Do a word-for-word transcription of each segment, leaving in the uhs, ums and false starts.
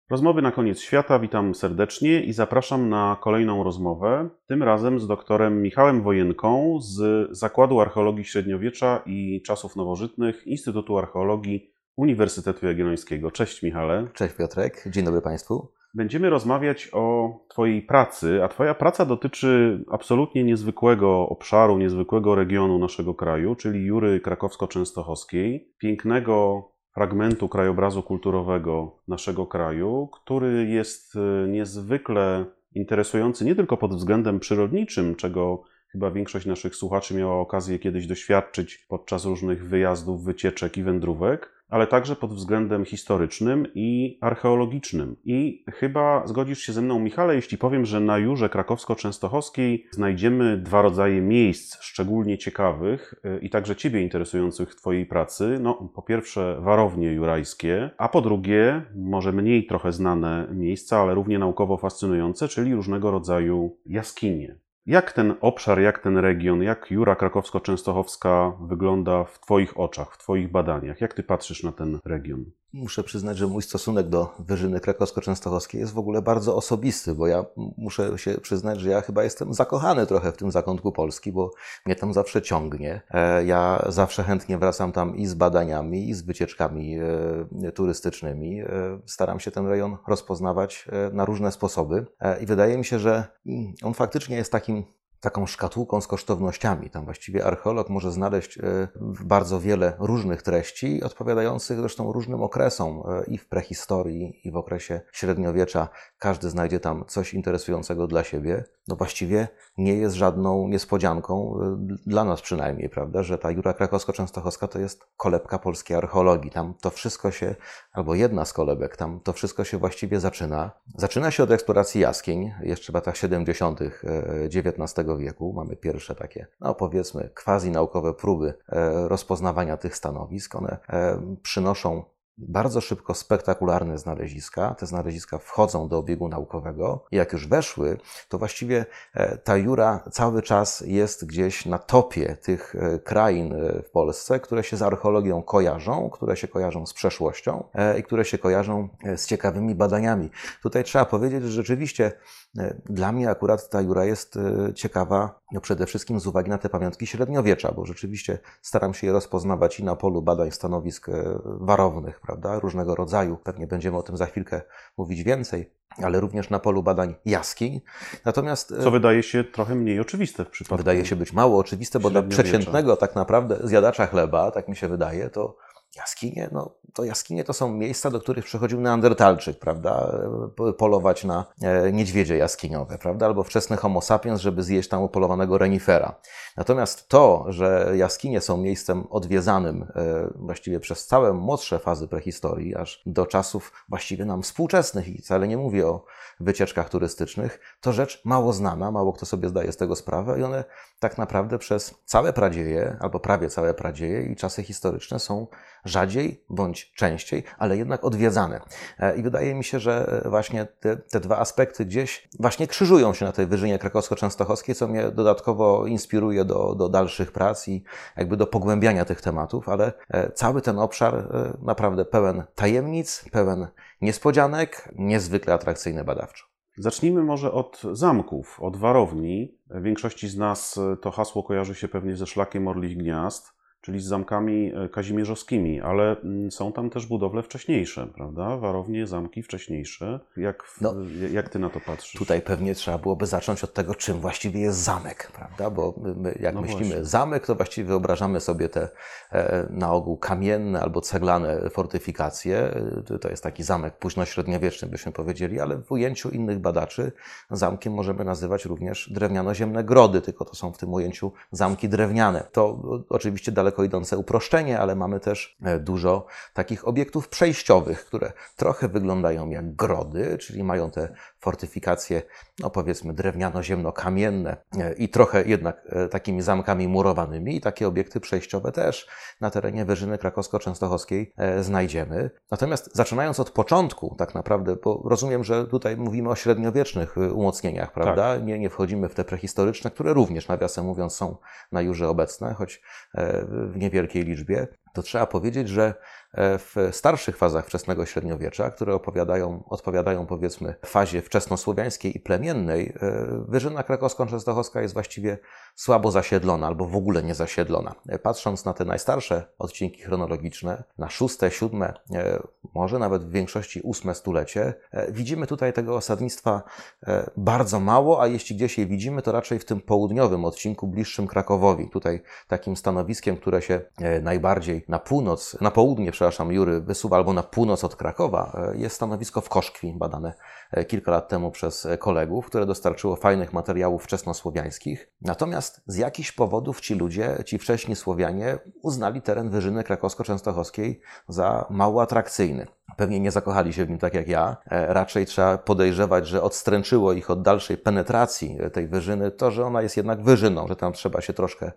Rozmowy na koniec świata. Witam serdecznie i zapraszam na kolejną rozmowę, tym razem z doktorem Michałem Wojenką z Zakładu Archeologii Średniowiecza i Czasów Nowożytnych Instytutu Archeologii Uniwersytetu Jagiellońskiego. Cześć Michale. Cześć Piotrek, dzień dobry Państwu. Będziemy rozmawiać o Twojej pracy, a Twoja praca dotyczy absolutnie niezwykłego obszaru, niezwykłego regionu naszego kraju, czyli Jury Krakowsko-Częstochowskiej, pięknego fragmentu krajobrazu kulturowego naszego kraju, który jest niezwykle interesujący nie tylko pod względem przyrodniczym, czego chyba większość naszych słuchaczy miała okazję kiedyś doświadczyć podczas różnych wyjazdów, wycieczek i wędrówek, ale także pod względem historycznym i archeologicznym. I chyba zgodzisz się ze mną, Michale, jeśli powiem, że na Jurze Krakowsko-Częstochowskiej znajdziemy dwa rodzaje miejsc szczególnie ciekawych i także Ciebie interesujących w Twojej pracy. No, po pierwsze warownie jurajskie, a po drugie może mniej trochę znane miejsca, ale równie naukowo fascynujące, czyli różnego rodzaju jaskinie. Jak ten obszar, jak ten region, jak Jura Krakowsko-Częstochowska wygląda w Twoich oczach, w Twoich badaniach? Jak Ty patrzysz na ten region? Muszę przyznać, że mój stosunek do Wyżyny Krakowsko-Częstochowskiej jest w ogóle bardzo osobisty, bo ja muszę się przyznać, że ja chyba jestem zakochany trochę w tym zakątku Polski, bo mnie tam zawsze ciągnie. Ja zawsze chętnie wracam tam i z badaniami, i z wycieczkami turystycznymi. Staram się ten rejon rozpoznawać na różne sposoby i wydaje mi się, że on faktycznie jest takim taką szkatułką z kosztownościami. Tam właściwie archeolog może znaleźć bardzo wiele różnych treści, odpowiadających zresztą różnym okresom i w prehistorii, i w okresie średniowiecza. Każdy znajdzie tam coś interesującego dla siebie. No właściwie nie jest żadną niespodzianką, dla nas przynajmniej, prawda, że ta Jura Krakowsko-Częstochowska to jest kolebka polskiej archeologii. Tam to wszystko się, albo jedna z kolebek, tam to wszystko się właściwie zaczyna. Zaczyna się od eksploracji jaskiń, jeszcze w latach siedemdziesiątych dziewiętnastego wieku. Mamy pierwsze takie, no powiedzmy, quasi-naukowe próby rozpoznawania tych stanowisk. One przynoszą bardzo szybko spektakularne znaleziska. Te znaleziska wchodzą do obiegu naukowego i jak już weszły, to właściwie ta Jura cały czas jest gdzieś na topie tych krain w Polsce, które się z archeologią kojarzą, które się kojarzą z przeszłością i które się kojarzą z ciekawymi badaniami. Tutaj trzeba powiedzieć, że rzeczywiście dla mnie akurat ta Jura jest ciekawa no przede wszystkim z uwagi na te pamiątki średniowiecza, bo rzeczywiście staram się je rozpoznawać i na polu badań stanowisk warownych, prawda, różnego rodzaju. Pewnie będziemy o tym za chwilkę mówić więcej, ale również na polu badań jaskiń. Natomiast co wydaje się trochę mniej oczywiste w przypadku. Wydaje się być mało oczywiste, bo dla przeciętnego tak naprawdę zjadacza chleba, tak mi się wydaje, to jaskinie, no to jaskinie to są miejsca, do których przychodził Neandertalczyk, prawda, polować na niedźwiedzie jaskiniowe, prawda, albo wczesny Homo sapiens, żeby zjeść tam upolowanego renifera. Natomiast to, że jaskinie są miejscem odwiedzanym właściwie przez całe młodsze fazy prehistorii, aż do czasów właściwie nam współczesnych i wcale nie mówię o wycieczkach turystycznych, to rzecz mało znana, mało kto sobie zdaje z tego sprawę i one tak naprawdę przez całe pradzieje, albo prawie całe pradzieje i czasy historyczne są rzadziej bądź częściej, ale jednak odwiedzane. I wydaje mi się, że właśnie te, te dwa aspekty gdzieś właśnie krzyżują się na tej Wyżynie Krakowsko-Częstochowskiej, co mnie dodatkowo inspiruje do, do dalszych prac i jakby do pogłębiania tych tematów, ale cały ten obszar naprawdę pełen tajemnic, pełen niespodzianek, niezwykle atrakcyjny badawczo. Zacznijmy może od zamków, od warowni. Większości z nas to hasło kojarzy się pewnie ze szlakiem Orlich Gniazd, czyli z zamkami kazimierzowskimi, ale są tam też budowle wcześniejsze, prawda? Warownie, zamki wcześniejsze. Jak, no, jak Ty na to patrzysz? Tutaj pewnie trzeba byłoby zacząć od tego, czym właściwie jest zamek, prawda? Bo my, jak no myślimy właśnie. Zamek, to właściwie wyobrażamy sobie te e, na ogół kamienne albo ceglane fortyfikacje. To jest taki zamek późnośredniowieczny, byśmy powiedzieli, ale w ujęciu innych badaczy zamkiem możemy nazywać również drewniano-ziemne grody, tylko to są w tym ujęciu zamki drewniane. To oczywiście daleko idące uproszczenie, ale mamy też dużo takich obiektów przejściowych, które trochę wyglądają jak grody, czyli mają te fortyfikacje, no powiedzmy drewniano-ziemno-kamienne i trochę jednak takimi zamkami murowanymi i takie obiekty przejściowe też na terenie Wyżyny Krakowsko-Częstochowskiej znajdziemy. Natomiast zaczynając od początku tak naprawdę, bo rozumiem, że tutaj mówimy o średniowiecznych umocnieniach, prawda? Tak. Nie, nie wchodzimy w te prehistoryczne, które również nawiasem mówiąc są na Jurze obecne, choć w niewielkiej liczbie. to trzeba powiedzieć, że w starszych fazach wczesnego średniowiecza, które opowiadają, odpowiadają powiedzmy fazie wczesnosłowiańskiej i plemiennej, Wyżyna Krakowsko-Częstochowska jest właściwie słabo zasiedlona albo w ogóle nie zasiedlona. Patrząc na te najstarsze odcinki chronologiczne, na szóste, siódme, może nawet w większości ósme stulecie, widzimy tutaj tego osadnictwa bardzo mało, a jeśli gdzieś je widzimy, to raczej w tym południowym odcinku bliższym Krakowowi. Tutaj takim stanowiskiem, które się najbardziej na północ, na południe, przepraszam, Jury wysuwa, albo na północ od Krakowa, jest stanowisko w Koszkwi, badane kilka lat temu przez kolegów, które dostarczyło fajnych materiałów wczesnosłowiańskich. Natomiast z jakichś powodów ci ludzie, ci wcześni Słowianie uznali teren Wyżyny Krakowsko-Częstochowskiej za mało atrakcyjny. Pewnie nie zakochali się w nim tak jak ja. Raczej trzeba podejrzewać, że odstręczyło ich od dalszej penetracji tej wyżyny to, że ona jest jednak wyżyną, że tam trzeba się troszkę,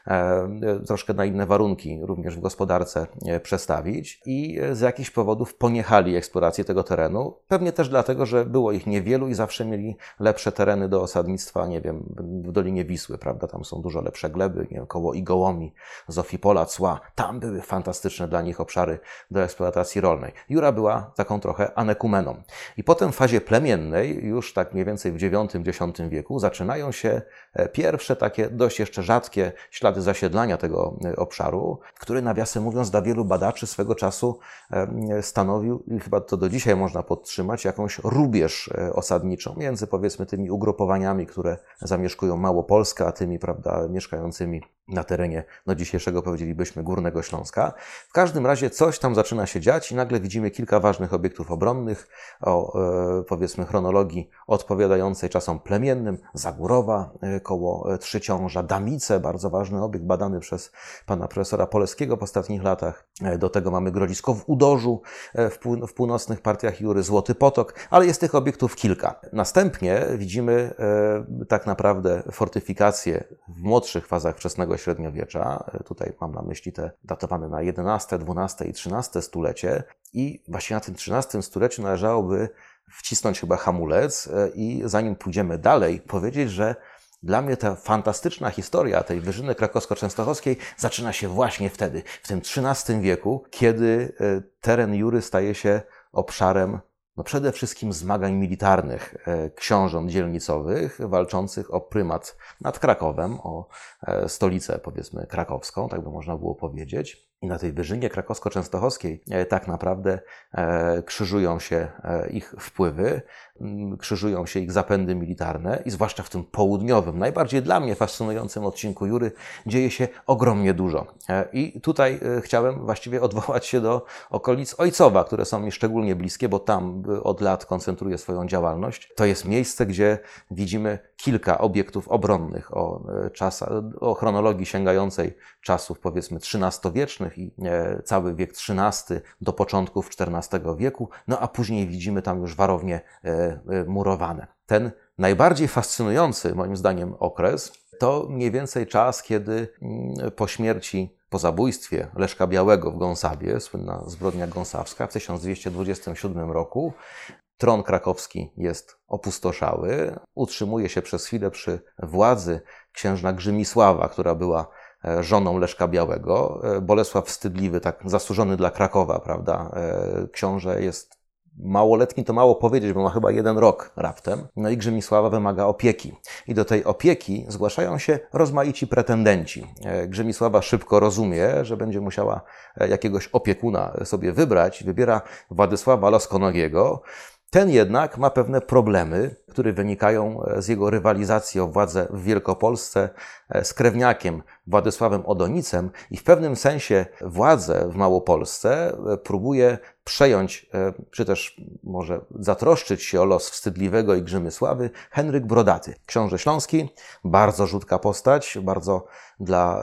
troszkę na inne warunki również w gospodarce przestawić i z jakichś powodów poniechali eksplorację tego terenu. Pewnie też dlatego, że było ich niewielu i zawsze mieli lepsze tereny do osadnictwa, nie wiem, w Dolinie Wisły, prawda? Tam są dużo lepsze gleby, nie wiem, koło Igołomi, Zofipola, Cła. Tam były fantastyczne dla nich obszary do eksploatacji rolnej. Jura była taką trochę anekumeną. I potem w fazie plemiennej, już tak mniej więcej w dziewiątym dziesiątym wieku, zaczynają się pierwsze takie dość jeszcze rzadkie ślady zasiedlania tego obszaru, który nawiasem mówiąc dla wielu badaczy swego czasu stanowił, i chyba to do dzisiaj można podtrzymać, jakąś rubież osadniczą między powiedzmy tymi ugrupowaniami, które zamieszkują Małopolskę, a tymi, prawda, mieszkającymi na terenie, no dzisiejszego powiedzielibyśmy Górnego Śląska. W każdym razie coś tam zaczyna się dziać i nagle widzimy kilka ważnych obiektów obronnych o e, powiedzmy chronologii odpowiadającej czasom plemiennym. Zagórowa e, koło Trzyciąża, Damice, bardzo ważny obiekt badany przez pana profesora Poleskiego w ostatnich latach. E, do tego mamy Grodzisko w Udorzu, e, w, pół, w północnych partiach Jury, Złoty Potok, ale jest tych obiektów kilka. Następnie widzimy e, tak naprawdę fortyfikacje w młodszych fazach wczesnego średniowiecza. Tutaj mam na myśli te datowane na jedenaste, dwunaste i trzynaste stulecie. I właśnie na tym trzynastym stuleciu należałoby wcisnąć chyba hamulec i zanim pójdziemy dalej, powiedzieć, że dla mnie ta fantastyczna historia tej Wyżyny Krakowsko-Częstochowskiej zaczyna się właśnie wtedy, w tym trzynastym wieku, kiedy teren Jury staje się obszarem no przede wszystkim zmagań militarnych książąt dzielnicowych walczących o prymat nad Krakowem, o stolicę powiedzmy krakowską, tak by można było powiedzieć. I na tej Wyżynie Krakowsko-Częstochowskiej tak naprawdę krzyżują się ich wpływy, krzyżują się ich zapędy militarne i zwłaszcza w tym południowym, najbardziej dla mnie fascynującym odcinku Jury dzieje się ogromnie dużo. I tutaj chciałem właściwie odwołać się do okolic Ojcowa, które są mi szczególnie bliskie, bo tam od lat koncentruję swoją działalność. To jest miejsce, gdzie widzimy kilka obiektów obronnych o, czasach, o chronologii sięgającej czasów powiedzmy trzynastowiecznych i cały wiek trzynasty do początków czternastego wieku, no a później widzimy tam już warownie murowane. Ten najbardziej fascynujący moim zdaniem okres to mniej więcej czas, kiedy po śmierci, po zabójstwie Leszka Białego w Gąsawie, słynna zbrodnia gąsawska w tysiąc dwieście dwudziestym siódmym roku, tron krakowski jest opustoszały. Utrzymuje się przez chwilę przy władzy księżna Grzymisława, która była żoną Leszka Białego. Bolesław Wstydliwy, tak zasłużony dla Krakowa, prawda? Książę jest małoletni, to mało powiedzieć, bo ma chyba jeden rok raptem. No i Grzymisława wymaga opieki. I do tej opieki zgłaszają się rozmaici pretendenci. Grzymisława szybko rozumie, że będzie musiała jakiegoś opiekuna sobie wybrać. Wybiera Władysława Loskonogiego. Ten jednak ma pewne problemy, które wynikają z jego rywalizacji o władzę w Wielkopolsce z krewniakiem Władysławem Odonicem i w pewnym sensie władzę w Małopolsce próbuje przejąć, czy też może zatroszczyć się o los Wstydliwego i Grzymysławy, Henryk Brodaty. Książę Śląski, bardzo rzutka postać, bardzo dla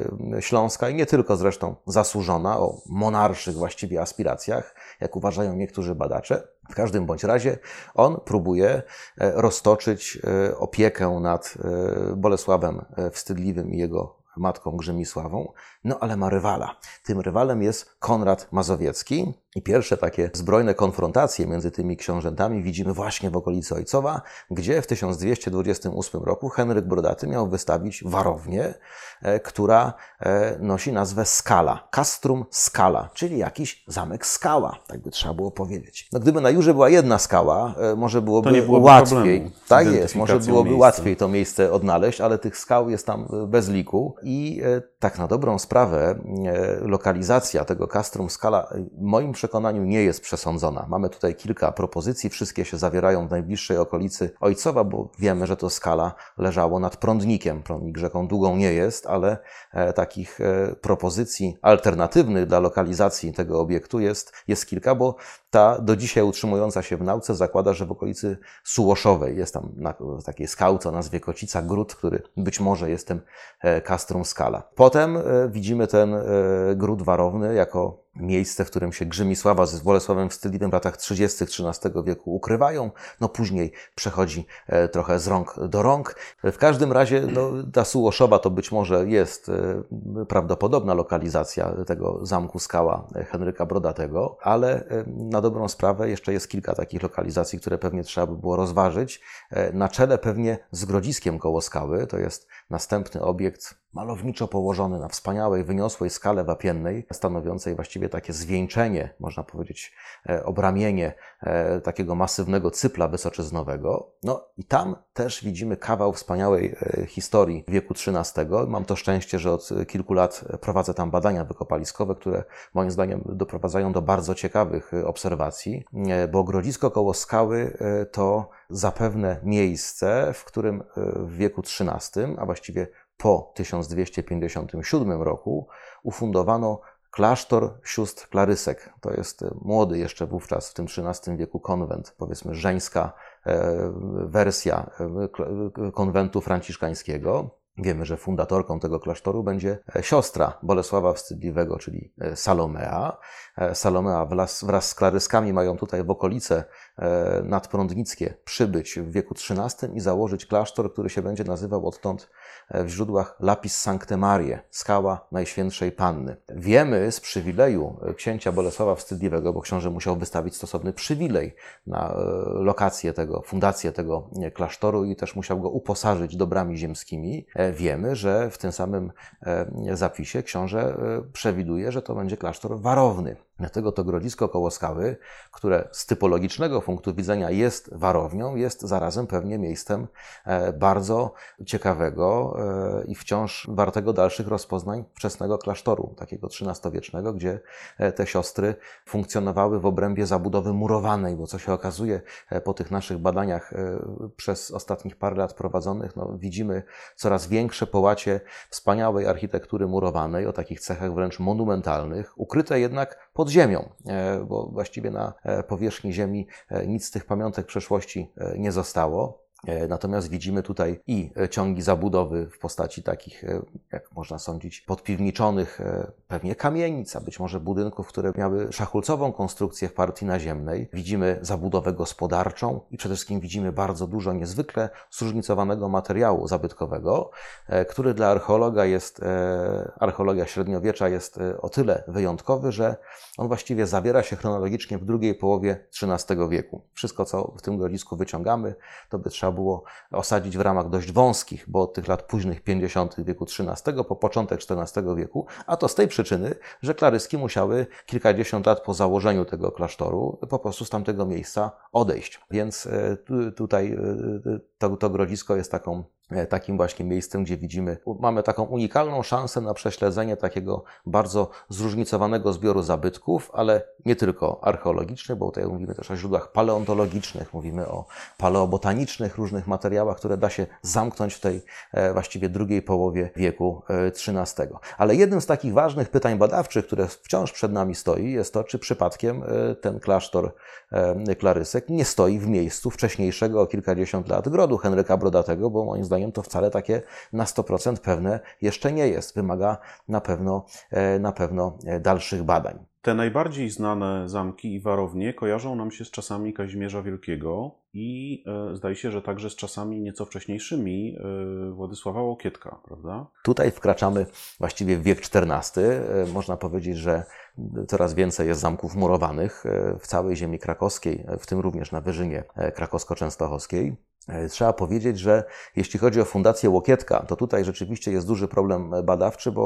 Śląska i nie tylko zresztą zasłużona, o monarszych właściwie aspiracjach, jak uważają niektórzy badacze. W każdym bądź razie on próbuje roztoczyć opiekę nad Bolesławem Wstydliwym i jego matką Grzymisławą, no ale ma rywala. Tym rywalem jest Konrad Mazowiecki i pierwsze takie zbrojne konfrontacje między tymi książętami widzimy właśnie w okolicy Ojcowa, gdzie w tysiąc dwieście dwudziestym ósmym roku Henryk Brodaty miał wystawić warownię, która nosi nazwę Skala, Castrum Scala, czyli jakiś zamek skała, tak by trzeba było powiedzieć. No, gdyby na Jurze była jedna skała, może byłoby, to nie byłoby łatwiej. Tak jest, może byłoby miejsca. łatwiej to miejsce odnaleźć, ale tych skał jest tam bez liku i tak na dobrą sprawę lokalizacja tego Castrum Scala w moim przekonaniu nie jest przesądzona. Mamy tutaj kilka propozycji, wszystkie się zawierają w najbliższej okolicy Ojcowa, bo wiemy, że to Skala leżało nad Prądnikiem. Prądnik rzeką długą nie jest, ale takich propozycji alternatywnych dla lokalizacji tego obiektu jest, jest kilka, bo ta do dzisiaj utrzymująca się w nauce zakłada, że w okolicy Sułoszowej jest tam na takiej skałce o nazwie Kocica Gród, który być może jest tym Castrum Scala. Potem widzimy ten gród warowny jako miejsce, w którym się Grzymisława z Bolesławem Wstydliwym w latach trzydziestych trzynastego wieku ukrywają. No później przechodzi trochę z rąk do rąk. W każdym razie no, ta Sułoszowa to być może jest prawdopodobna lokalizacja tego zamku Skała Henryka Brodatego, ale na dobrą sprawę jeszcze jest kilka takich lokalizacji, które pewnie trzeba by było rozważyć. Na czele pewnie z Grodziskiem koło skały, to jest następny obiekt malowniczo położony na wspaniałej, wyniosłej skale wapiennej, stanowiącej właściwie takie zwieńczenie, można powiedzieć, obramienie takiego masywnego cypla wysoczyznowego. No i tam też widzimy kawał wspaniałej historii wieku trzynastego. Mam to szczęście, że od kilku lat prowadzę tam badania wykopaliskowe, które moim zdaniem doprowadzają do bardzo ciekawych obserwacji, bo Grodzisko koło skały to zapewne miejsce, w którym w wieku trzynastym, a właściwie po tysiąc dwieście pięćdziesiątym siódmym roku ufundowano klasztor sióstr Klarysek. To jest młody jeszcze wówczas w tym trzynastym wieku konwent, powiedzmy żeńska wersja konwentu franciszkańskiego. Wiemy, że fundatorką tego klasztoru będzie siostra Bolesława Wstydliwego, czyli Salomea. Salomea wraz, wraz z Klaryskami mają tutaj w okolice nadprądnickie przybyć w wieku trzynastym i założyć klasztor, który się będzie nazywał odtąd w źródłach Lapis Sancte Mariae, skała Najświętszej Panny. Wiemy z przywileju księcia Bolesława Wstydliwego, bo książę musiał wystawić stosowny przywilej na lokację tego, fundację tego klasztoru i też musiał go uposażyć dobrami ziemskimi. Wiemy, że w tym samym zapisie książę przewiduje, że to będzie klasztor warowny. Dlatego to Grodzisko koło skały, które z typologicznego punktu widzenia jest warownią, jest zarazem pewnie miejscem bardzo ciekawego i wciąż wartego dalszych rozpoznań wczesnego klasztoru, takiego trzynastowiecznego, gdzie te siostry funkcjonowały w obrębie zabudowy murowanej, bo co się okazuje po tych naszych badaniach przez ostatnich parę lat prowadzonych, no, widzimy coraz większe połacie wspaniałej architektury murowanej, o takich cechach wręcz monumentalnych, ukryte jednak pod ziemią, bo właściwie na powierzchni ziemi nic z tych pamiątek przeszłości nie zostało. Natomiast widzimy tutaj i ciągi zabudowy w postaci takich, jak można sądzić, podpiwniczonych pewnie kamienic, a być może budynków, które miały szachulcową konstrukcję w partii naziemnej. Widzimy zabudowę gospodarczą i przede wszystkim widzimy bardzo dużo niezwykle zróżnicowanego materiału zabytkowego, który dla archeologa jest, archeologia średniowiecza jest o tyle wyjątkowy, że on właściwie zawiera się chronologicznie w drugiej połowie trzynastego wieku. Wszystko, co w tym Grodzisku wyciągamy, to by trzeba było osadzić w ramach dość wąskich, bo od tych lat późnych pięćdziesiątych wieku trzynastego po początek czternastego wieku, a to z tej przyczyny, że Klaryski musiały kilkadziesiąt lat po założeniu tego klasztoru po prostu z tamtego miejsca odejść. Więc tutaj to, to Grodzisko jest taką takim właśnie miejscem, gdzie widzimy, mamy taką unikalną szansę na prześledzenie takiego bardzo zróżnicowanego zbioru zabytków, ale nie tylko archeologicznych, bo tutaj mówimy też o źródłach paleontologicznych, mówimy o paleobotanicznych różnych materiałach, które da się zamknąć w tej właściwie drugiej połowie wieku trzynastego. Ale jednym z takich ważnych pytań badawczych, które wciąż przed nami stoi, jest to, czy przypadkiem ten klasztor Klarysek nie stoi w miejscu wcześniejszego o kilkadziesiąt lat grodu Henryka Brodatego, bo moim zdaniem to wcale takie na sto procent pewne jeszcze nie jest. Wymaga na pewno, na pewno dalszych badań. Te najbardziej znane zamki i warownie kojarzą nam się z czasami Kazimierza Wielkiego. i e, zdaje się, że także z czasami nieco wcześniejszymi e, Władysława Łokietka, prawda? Tutaj wkraczamy właściwie w wiek czternasty. E, można powiedzieć, że coraz więcej jest zamków murowanych e, w całej ziemi krakowskiej, w tym również na Wyżynie e, krakowsko-częstochowskiej. Trzeba powiedzieć, że jeśli chodzi o Fundację Łokietka, to tutaj rzeczywiście jest duży problem badawczy, bo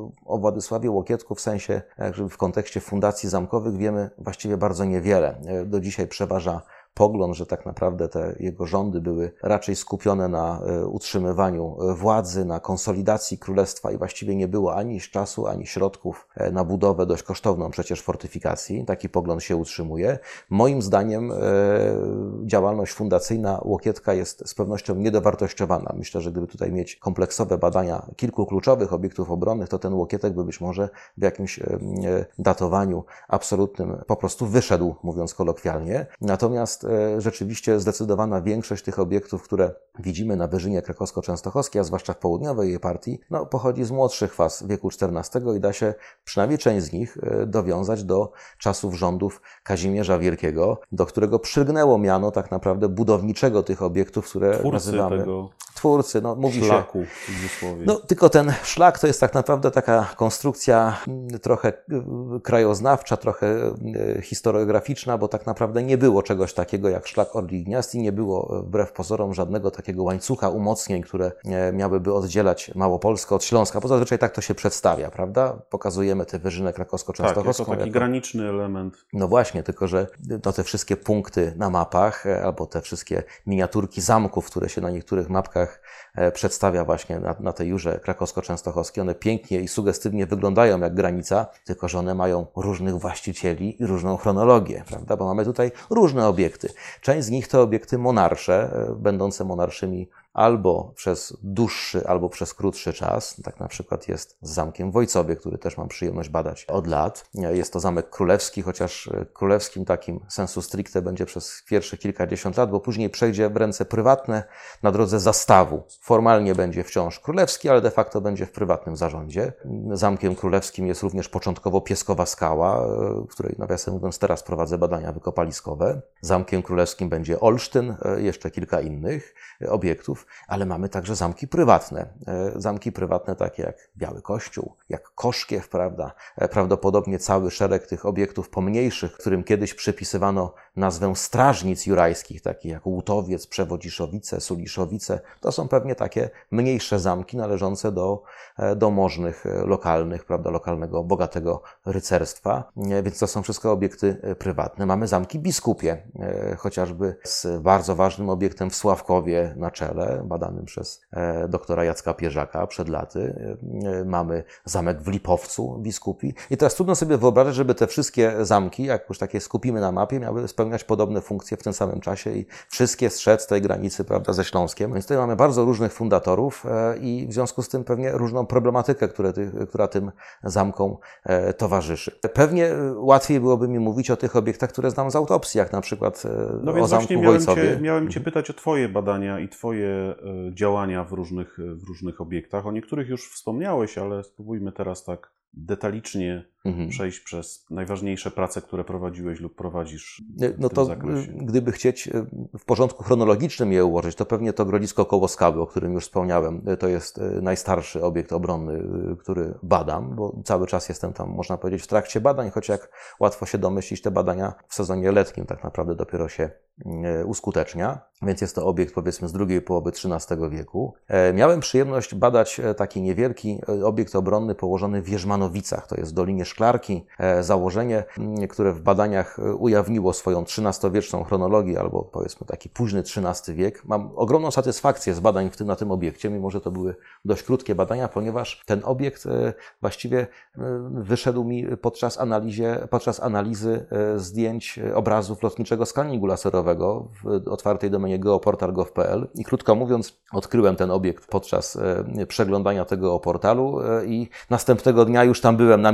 o Władysławie Łokietku w sensie, jakby w kontekście fundacji zamkowych wiemy właściwie bardzo niewiele. Do dzisiaj przeważa pogląd, że tak naprawdę te jego rządy były raczej skupione na utrzymywaniu władzy, na konsolidacji królestwa i właściwie nie było ani czasu, ani środków na budowę dość kosztowną przecież fortyfikacji. Taki pogląd się utrzymuje. Moim zdaniem działalność fundacyjna Łokietka jest z pewnością niedowartościowana. Myślę, że gdyby tutaj mieć kompleksowe badania kilku kluczowych obiektów obronnych, to ten Łokietek by być może w jakimś datowaniu absolutnym po prostu wyszedł, mówiąc kolokwialnie. Natomiast rzeczywiście zdecydowana większość tych obiektów, które widzimy na Wyżynie krakowsko-częstochowskiej, a zwłaszcza w południowej jej partii, no, pochodzi z młodszych faz wieku czternastego i da się przynajmniej część z nich dowiązać do czasów rządów Kazimierza Wielkiego, do którego przylgnęło miano tak naprawdę budowniczego tych obiektów, które Twórcy nazywamy... tego Twórcy, no mówi szlaku, się... w cudzysłowie. No tylko ten szlak to jest tak naprawdę taka konstrukcja trochę krajoznawcza, trochę historiograficzna, bo tak naprawdę nie było czegoś takiego jak szlak Orlich Gniazd i nie było wbrew pozorom żadnego takiego łańcucha umocnień, które miałyby oddzielać Małopolskę od Śląska, bo zazwyczaj tak to się przedstawia, prawda? Pokazujemy tę Wyżynę krakowsko-częstochowską. Tak, jako taki jako... graniczny element. No właśnie, tylko że no, te wszystkie punkty na mapach, albo te wszystkie miniaturki zamków, które się na niektórych mapkach przedstawia właśnie na, na tej Jurze krakowsko-częstochowskiej, one pięknie i sugestywnie wyglądają jak granica, tylko że one mają różnych właścicieli i różną chronologię, prawda? Bo mamy tutaj różne obiekty. Część z nich to obiekty monarsze, będące monarszymi albo przez dłuższy, albo przez krótszy czas. Tak na przykład jest z Zamkiem w Wojcowie, który też mam przyjemność badać od lat. Jest to zamek królewski, chociaż królewskim takim sensu stricte będzie przez pierwszych kilkadziesiąt lat, bo później przejdzie w ręce prywatne na drodze zastawu. Formalnie będzie wciąż królewski, ale de facto będzie w prywatnym zarządzie. Zamkiem królewskim jest również początkowo Pieskowa Skała, w której, nawiasem mówiąc, teraz prowadzę badania wykopaliskowe. Zamkiem królewskim będzie Olsztyn, jeszcze kilka innych obiektów, ale mamy także zamki prywatne. Zamki prywatne takie jak Biały Kościół, jak Koszkiew, prawda? Prawdopodobnie cały szereg tych obiektów pomniejszych, którym kiedyś przypisywano nazwę strażnic jurajskich, takie jak Łutowiec, Przewodziszowice, Suliszowice. To są pewnie takie mniejsze zamki należące do, do możnych lokalnych, prawda? Lokalnego, bogatego rycerstwa. Więc to są wszystko obiekty prywatne. Mamy zamki biskupie, chociażby z bardzo ważnym obiektem w Sławkowie na czele, badanym przez doktora Jacka Pierzaka przed laty. Mamy zamek w Lipowcu biskupi. I teraz trudno sobie wyobrazić, żeby te wszystkie zamki, jak już takie skupimy na mapie, miały spełniać podobne funkcje w tym samym czasie i wszystkie strzec tej granicy, prawda, ze Śląskiem. Więc tutaj mamy bardzo różnych fundatorów i w związku z tym pewnie różną problematykę, które, która tym zamkom towarzyszy. Pewnie łatwiej byłoby mi mówić o tych obiektach, które znam z autopsji, jak na przykład no o więc Zamku właśnie miałem Wojcowie. Cię, miałem Cię pytać o Twoje badania i Twoje działania w różnych, w różnych obiektach. O niektórych już wspomniałeś, ale spróbujmy teraz tak detalicznie mhm. przejść przez najważniejsze prace, które prowadziłeś lub prowadzisz w no tym to zakresie. Gdyby chcieć w porządku chronologicznym je ułożyć, to pewnie to Grodzisko koło Skały, o którym już wspomniałem, to jest najstarszy obiekt obronny, który badam, bo cały czas jestem tam, można powiedzieć, w trakcie badań, choć jak łatwo się domyślić, te badania w sezonie letnim tak naprawdę dopiero się uskutecznia, więc jest to obiekt, powiedzmy, z drugiej połowy trzynastego wieku. Miałem przyjemność badać taki niewielki obiekt obronny położony w Jerzmanowicach, to jest w Dolinie Szklarki. Założenie, które w badaniach ujawniło swoją trzynastowieczną chronologię, albo powiedzmy taki późny trzynasty wiek. Mam ogromną satysfakcję z badań w tym, na tym obiekcie, mimo że to były dość krótkie badania, ponieważ ten obiekt właściwie wyszedł mi podczas, analizie, podczas analizy zdjęć obrazów lotniczego skanningu laserowego w otwartej domenie geoportal kropka gov kropka p l i krótko mówiąc odkryłem ten obiekt podczas przeglądania tego portalu i następnego dnia już tam byłem na miejscu, żeby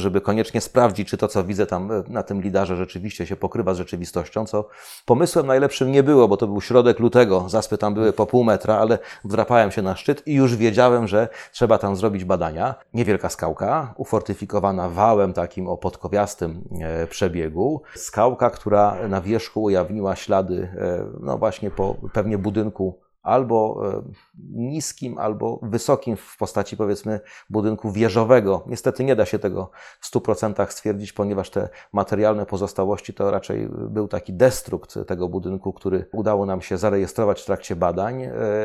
żeby koniecznie sprawdzić, czy to, co widzę tam na tym lidarze rzeczywiście się pokrywa z rzeczywistością, co pomysłem najlepszym nie było, bo to był środek lutego, zaspy tam były po pół metra, ale wdrapałem się na szczyt i już wiedziałem, że trzeba tam zrobić badania. Niewielka skałka, ufortyfikowana wałem takim o podkowiastym przebiegu. Skałka, która na wierzchu ujawniła ślady, no właśnie po pewnie budynku albo niskim, albo wysokim w postaci, powiedzmy, budynku wieżowego. Niestety nie da się tego w stu procentach stwierdzić, ponieważ te materialne pozostałości to raczej był taki destrukt tego budynku, który udało nam się zarejestrować w trakcie badań,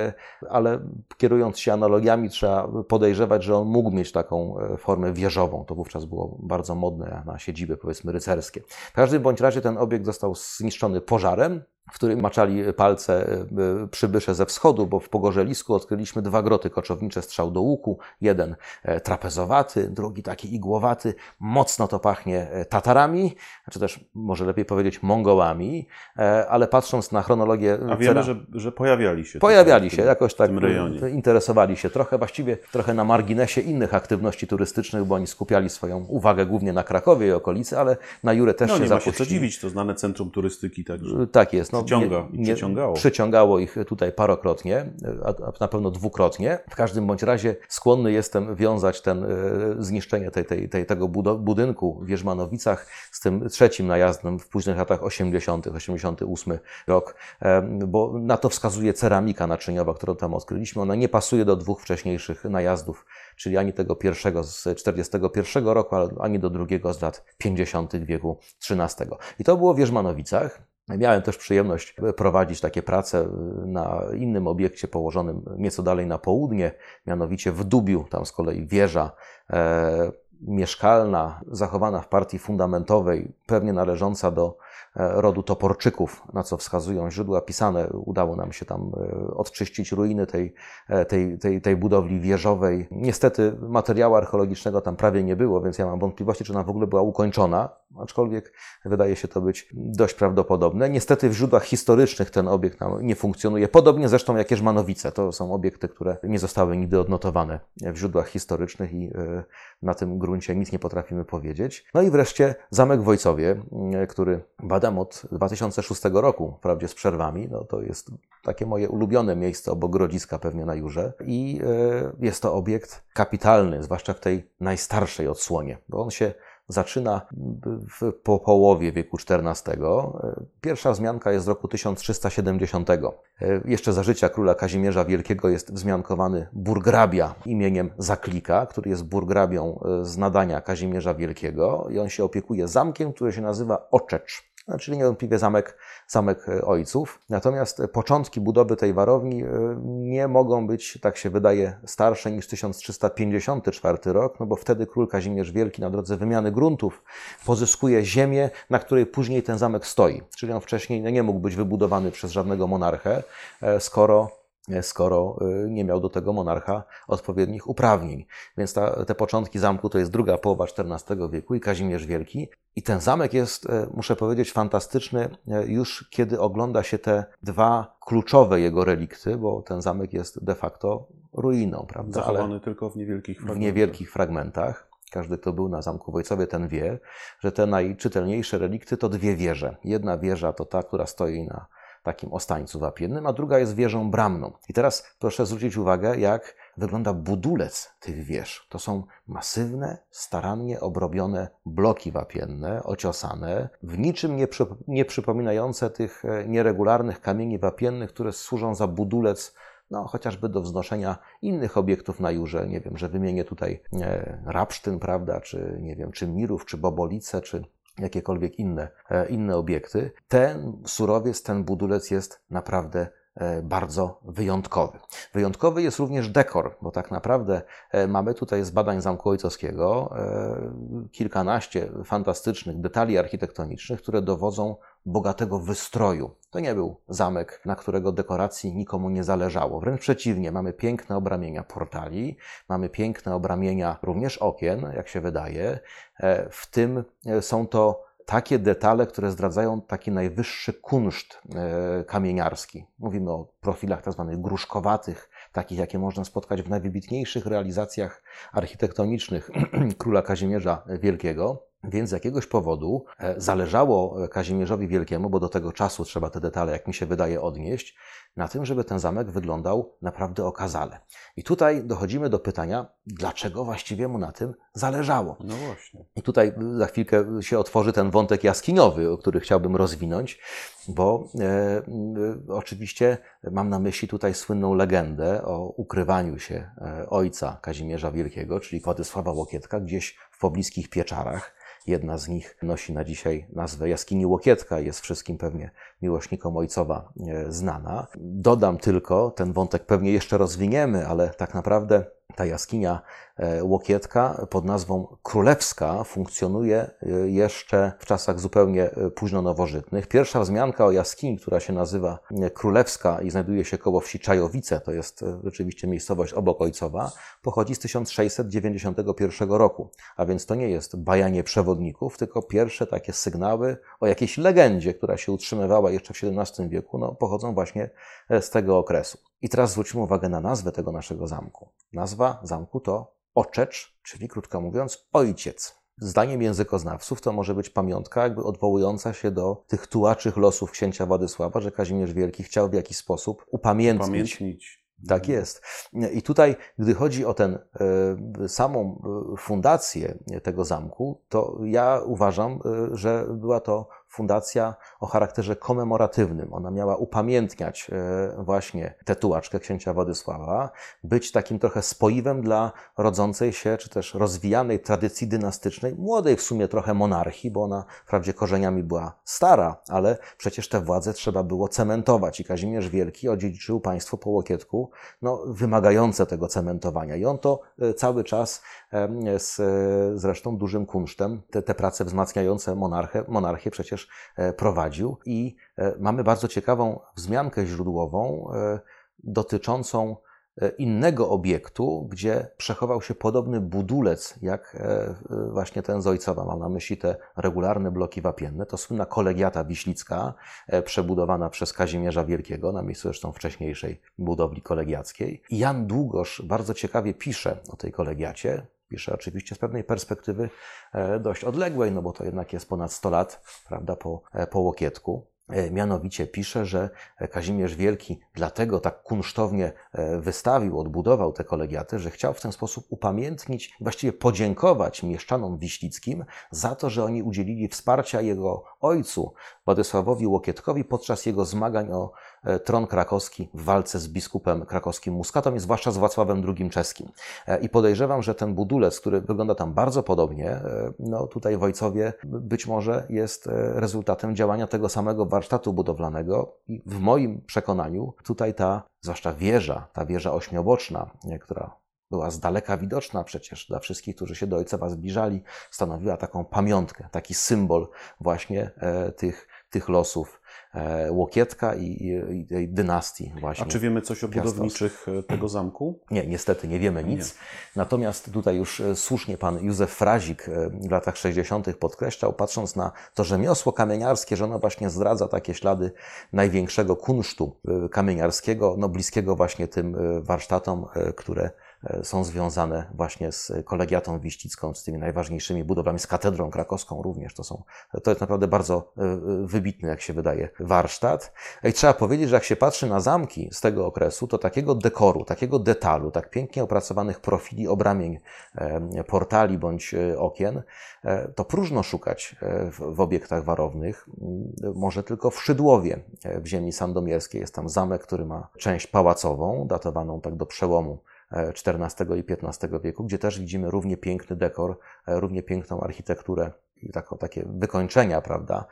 ale kierując się analogiami trzeba podejrzewać, że on mógł mieć taką formę wieżową. To wówczas było bardzo modne na siedziby, powiedzmy, rycerskie. W każdym bądź razie ten obiekt został zniszczony pożarem, w którym maczali palce przybysze ze wschodu, bo w Pogorzelisku odkryliśmy dwa groty koczownicze strzał do łuku. Jeden trapezowaty, drugi taki igłowaty. Mocno to pachnie Tatarami, czy też może lepiej powiedzieć Mongołami, ale patrząc na chronologię... A wiemy, że, że pojawiali się. Pojawiali tutaj, się, jakoś tak w tym rejonie. Interesowali się trochę, właściwie trochę na marginesie innych aktywności turystycznych, bo oni skupiali swoją uwagę głównie na Krakowie i okolicy, ale na Jurę też no, się nie zapuścili. ma się co dziwić, to znane centrum turystyki także. Tak jest. No, Przyciąga i nie, przyciągało. Przyciągało ich tutaj parokrotnie, a na pewno dwukrotnie. W każdym bądź razie skłonny jestem wiązać ten, e, zniszczenie tej, tej, tej, tego budynku w Wierzmanowicach z tym trzecim najazdem w późnych latach osiemdziesiątych, osiemdziesiąty ósmy rok, e, bo na to wskazuje ceramika naczyniowa, którą tam odkryliśmy. Ona nie pasuje do dwóch wcześniejszych najazdów, czyli ani tego pierwszego z czterdziestego pierwszego roku, ani do drugiego z lat pięćdziesiątych wieku trzynastego. I to było w Wierzmanowicach. Miałem też przyjemność prowadzić takie prace na innym obiekcie położonym nieco dalej na południe, mianowicie w Dubiu, tam z kolei wieża e, mieszkalna, zachowana w partii fundamentowej, pewnie należąca do rodu Toporczyków, na co wskazują źródła pisane. Udało nam się tam odczyścić ruiny tej, tej, tej, tej budowli wieżowej. Niestety materiału archeologicznego tam prawie nie było, więc ja mam wątpliwości, czy ona w ogóle była ukończona, aczkolwiek wydaje się to być dość prawdopodobne. Niestety w źródłach historycznych ten obiekt tam nie funkcjonuje, podobnie zresztą jak Jerzmanowice. To są obiekty, które nie zostały nigdy odnotowane w źródłach historycznych i na tym gruncie nic nie potrafimy powiedzieć. No i wreszcie Zamek w Ojcowie, który badam od dwa tysiące szóstego roku, wprawdzie z przerwami. No to jest takie moje ulubione miejsce obok Grodziska pewnie na Jurze i jest to obiekt kapitalny, zwłaszcza w tej najstarszej odsłonie, bo on się zaczyna w, po połowie wieku czternastego. Pierwsza wzmianka jest z roku tysiąc trzysta siedemdziesiątego. Jeszcze za życia króla Kazimierza Wielkiego jest wzmiankowany burgrabia imieniem Zaklika, który jest burgrabią z nadania Kazimierza Wielkiego i on się opiekuje zamkiem, który się nazywa Oczecz. Czyli niewątpliwie zamek, zamek ojców. Natomiast początki budowy tej warowni nie mogą być, tak się wydaje, starsze niż tysiąc trzysta pięćdziesiąty czwarty rok, no bo wtedy król Kazimierz Wielki na drodze wymiany gruntów pozyskuje ziemię, na której później ten zamek stoi. Czyli on wcześniej nie mógł być wybudowany przez żadnego monarchę, skoro skoro nie miał do tego monarcha odpowiednich uprawnień. Więc ta, te początki zamku to jest druga połowa czternastego wieku i Kazimierz Wielki. I ten zamek jest, muszę powiedzieć, fantastyczny już kiedy ogląda się te dwa kluczowe jego relikty, bo ten zamek jest de facto ruiną, prawda? Zachowany Ale tylko w niewielkich fragmentach. W niewielkich fragmentach. Każdy, kto był na Zamku w Ojcowie, ten wie, że te najczytelniejsze relikty to dwie wieże. Jedna wieża to ta, która stoi na takim ostańcu wapiennym, a druga jest wieżą bramną. I teraz proszę zwrócić uwagę, jak wygląda budulec tych wież. To są masywne, starannie obrobione bloki wapienne, ociosane, w niczym nie, przy, nie przypominające tych nieregularnych kamieni wapiennych, które służą za budulec, no chociażby do wznoszenia innych obiektów na Jurze. Nie wiem, że wymienię tutaj e, Rabsztyn, prawda, czy nie wiem, czy Mirów, czy Bobolice, czy jakiekolwiek inne, inne obiekty. Ten surowiec, ten budulec jest naprawdę bardzo wyjątkowy. Wyjątkowy jest również dekor, bo tak naprawdę mamy tutaj z badań Zamku Ojcowskiego kilkanaście fantastycznych detali architektonicznych, które dowodzą bogatego wystroju. To nie był zamek, na którego dekoracji nikomu nie zależało. Wręcz przeciwnie, mamy piękne obramienia portali, mamy piękne obramienia również okien, jak się wydaje. W tym są to takie detale, które zdradzają taki najwyższy kunszt kamieniarski. Mówimy o profilach tak zwanych gruszkowatych, takich jakie można spotkać w najwybitniejszych realizacjach architektonicznych króla Kazimierza Wielkiego. Więc z jakiegoś powodu zależało Kazimierzowi Wielkiemu, bo do tego czasu trzeba te detale, jak mi się wydaje, odnieść, na tym, żeby ten zamek wyglądał naprawdę okazale. I tutaj dochodzimy do pytania, dlaczego właściwie mu na tym zależało. No właśnie. I tutaj za chwilkę się otworzy ten wątek jaskiniowy, który chciałbym rozwinąć, bo e, e, oczywiście mam na myśli tutaj słynną legendę o ukrywaniu się e, ojca Kazimierza Wielkiego, czyli Władysława Łokietka, gdzieś w pobliskich Pieczarach. Jedna z nich nosi na dzisiaj nazwę Jaskini Łokietka, jest wszystkim pewnie miłośnikom Ojcowa znana. Dodam tylko, ten wątek pewnie jeszcze rozwiniemy, ale tak naprawdę ta jaskinia Łokietka pod nazwą Królewska funkcjonuje jeszcze w czasach zupełnie późno nowożytnych. Pierwsza wzmianka o jaskini, która się nazywa Królewska i znajduje się koło wsi Czajowice, to jest rzeczywiście miejscowość obok Ojcowa, pochodzi z tysiąc sześćset dziewięćdziesiątego pierwszego roku. A więc to nie jest bajanie przewodników, tylko pierwsze takie sygnały o jakiejś legendzie, która się utrzymywała jeszcze w siedemnastym wieku, no, pochodzą właśnie z tego okresu. I teraz zwróćmy uwagę na nazwę tego naszego zamku. Nazwa zamku to Oczecz, czyli krótko mówiąc ojciec. Zdaniem językoznawców to może być pamiątka jakby odwołująca się do tych tułaczych losów księcia Władysława, że Kazimierz Wielki chciał w jakiś sposób upamiętnić. Upamiętnić. Tak jest. I tutaj, gdy chodzi o tę y, samą fundację tego zamku, to ja uważam, y, że była to fundacja o charakterze komemoratywnym. Ona miała upamiętniać y, właśnie tę tułaczkę księcia Władysława, być takim trochę spoiwem dla rodzącej się, czy też rozwijanej tradycji dynastycznej, młodej w sumie trochę monarchii, bo ona wprawdzie korzeniami była stara, ale przecież tę władzę trzeba było cementować i Kazimierz Wielki odziedziczył państwo po Łokietku, no, wymagające tego cementowania. I on to cały czas z zresztą dużym kunsztem, te, te prace wzmacniające monarchę, monarchię przecież prowadził. I mamy bardzo ciekawą wzmiankę źródłową dotyczącą innego obiektu, gdzie przechował się podobny budulec jak właśnie ten z Ojcowa. Mam na myśli te regularne bloki wapienne. To słynna kolegiata wiślicka, przebudowana przez Kazimierza Wielkiego, na miejscu zresztą wcześniejszej budowli kolegiackiej. I Jan Długosz bardzo ciekawie pisze o tej kolegiacie. Pisze oczywiście z pewnej perspektywy dość odległej, no bo to jednak jest ponad sto lat, prawda, po, po Łokietku. Mianowicie pisze, że Kazimierz Wielki dlatego tak kunsztownie wystawił, odbudował te kolegiaty, że chciał w ten sposób upamiętnić, właściwie podziękować mieszczanom wiślickim za to, że oni udzielili wsparcia jego ojcu, Władysławowi Łokietkowi, podczas jego zmagań o tron krakowski w walce z biskupem krakowskim Muskatą i zwłaszcza z Wacławem drugim Czeskim. I podejrzewam, że ten budulec, który wygląda tam bardzo podobnie, no tutaj w Ojcowie być może jest rezultatem działania tego samego warsztatu budowlanego i w moim przekonaniu tutaj ta, zwłaszcza wieża, ta wieża ośmioboczna, która była z daleka widoczna przecież dla wszystkich, którzy się do Ojcowa zbliżali, stanowiła taką pamiątkę, taki symbol właśnie e, tych, tych losów e, Łokietka i, i tej dynastii właśnie. A czy wiemy coś o budowniczych tego zamku? Nie, niestety nie wiemy nic. Nie. Natomiast tutaj już słusznie pan Józef Frazik w latach sześćdziesiątych podkreślał, patrząc na to rzemiosło kamieniarskie, że ono właśnie zdradza takie ślady największego kunsztu kamieniarskiego, no bliskiego właśnie tym warsztatom, które są związane właśnie z kolegiatą wiślicką, z tymi najważniejszymi budowlami, z katedrą krakowską również. To są, to jest naprawdę bardzo wybitny, jak się wydaje, warsztat. I trzeba powiedzieć, że jak się patrzy na zamki z tego okresu, to takiego dekoru, takiego detalu, tak pięknie opracowanych profili obramień, portali bądź okien, to próżno szukać w, w obiektach warownych. Może tylko w Szydłowie, w ziemi sandomierskiej. Jest tam zamek, który ma część pałacową, datowaną tak do przełomu czternastego i piętnastego wieku, gdzie też widzimy równie piękny dekor, równie piękną architekturę i taką, takie wykończenia, prawda,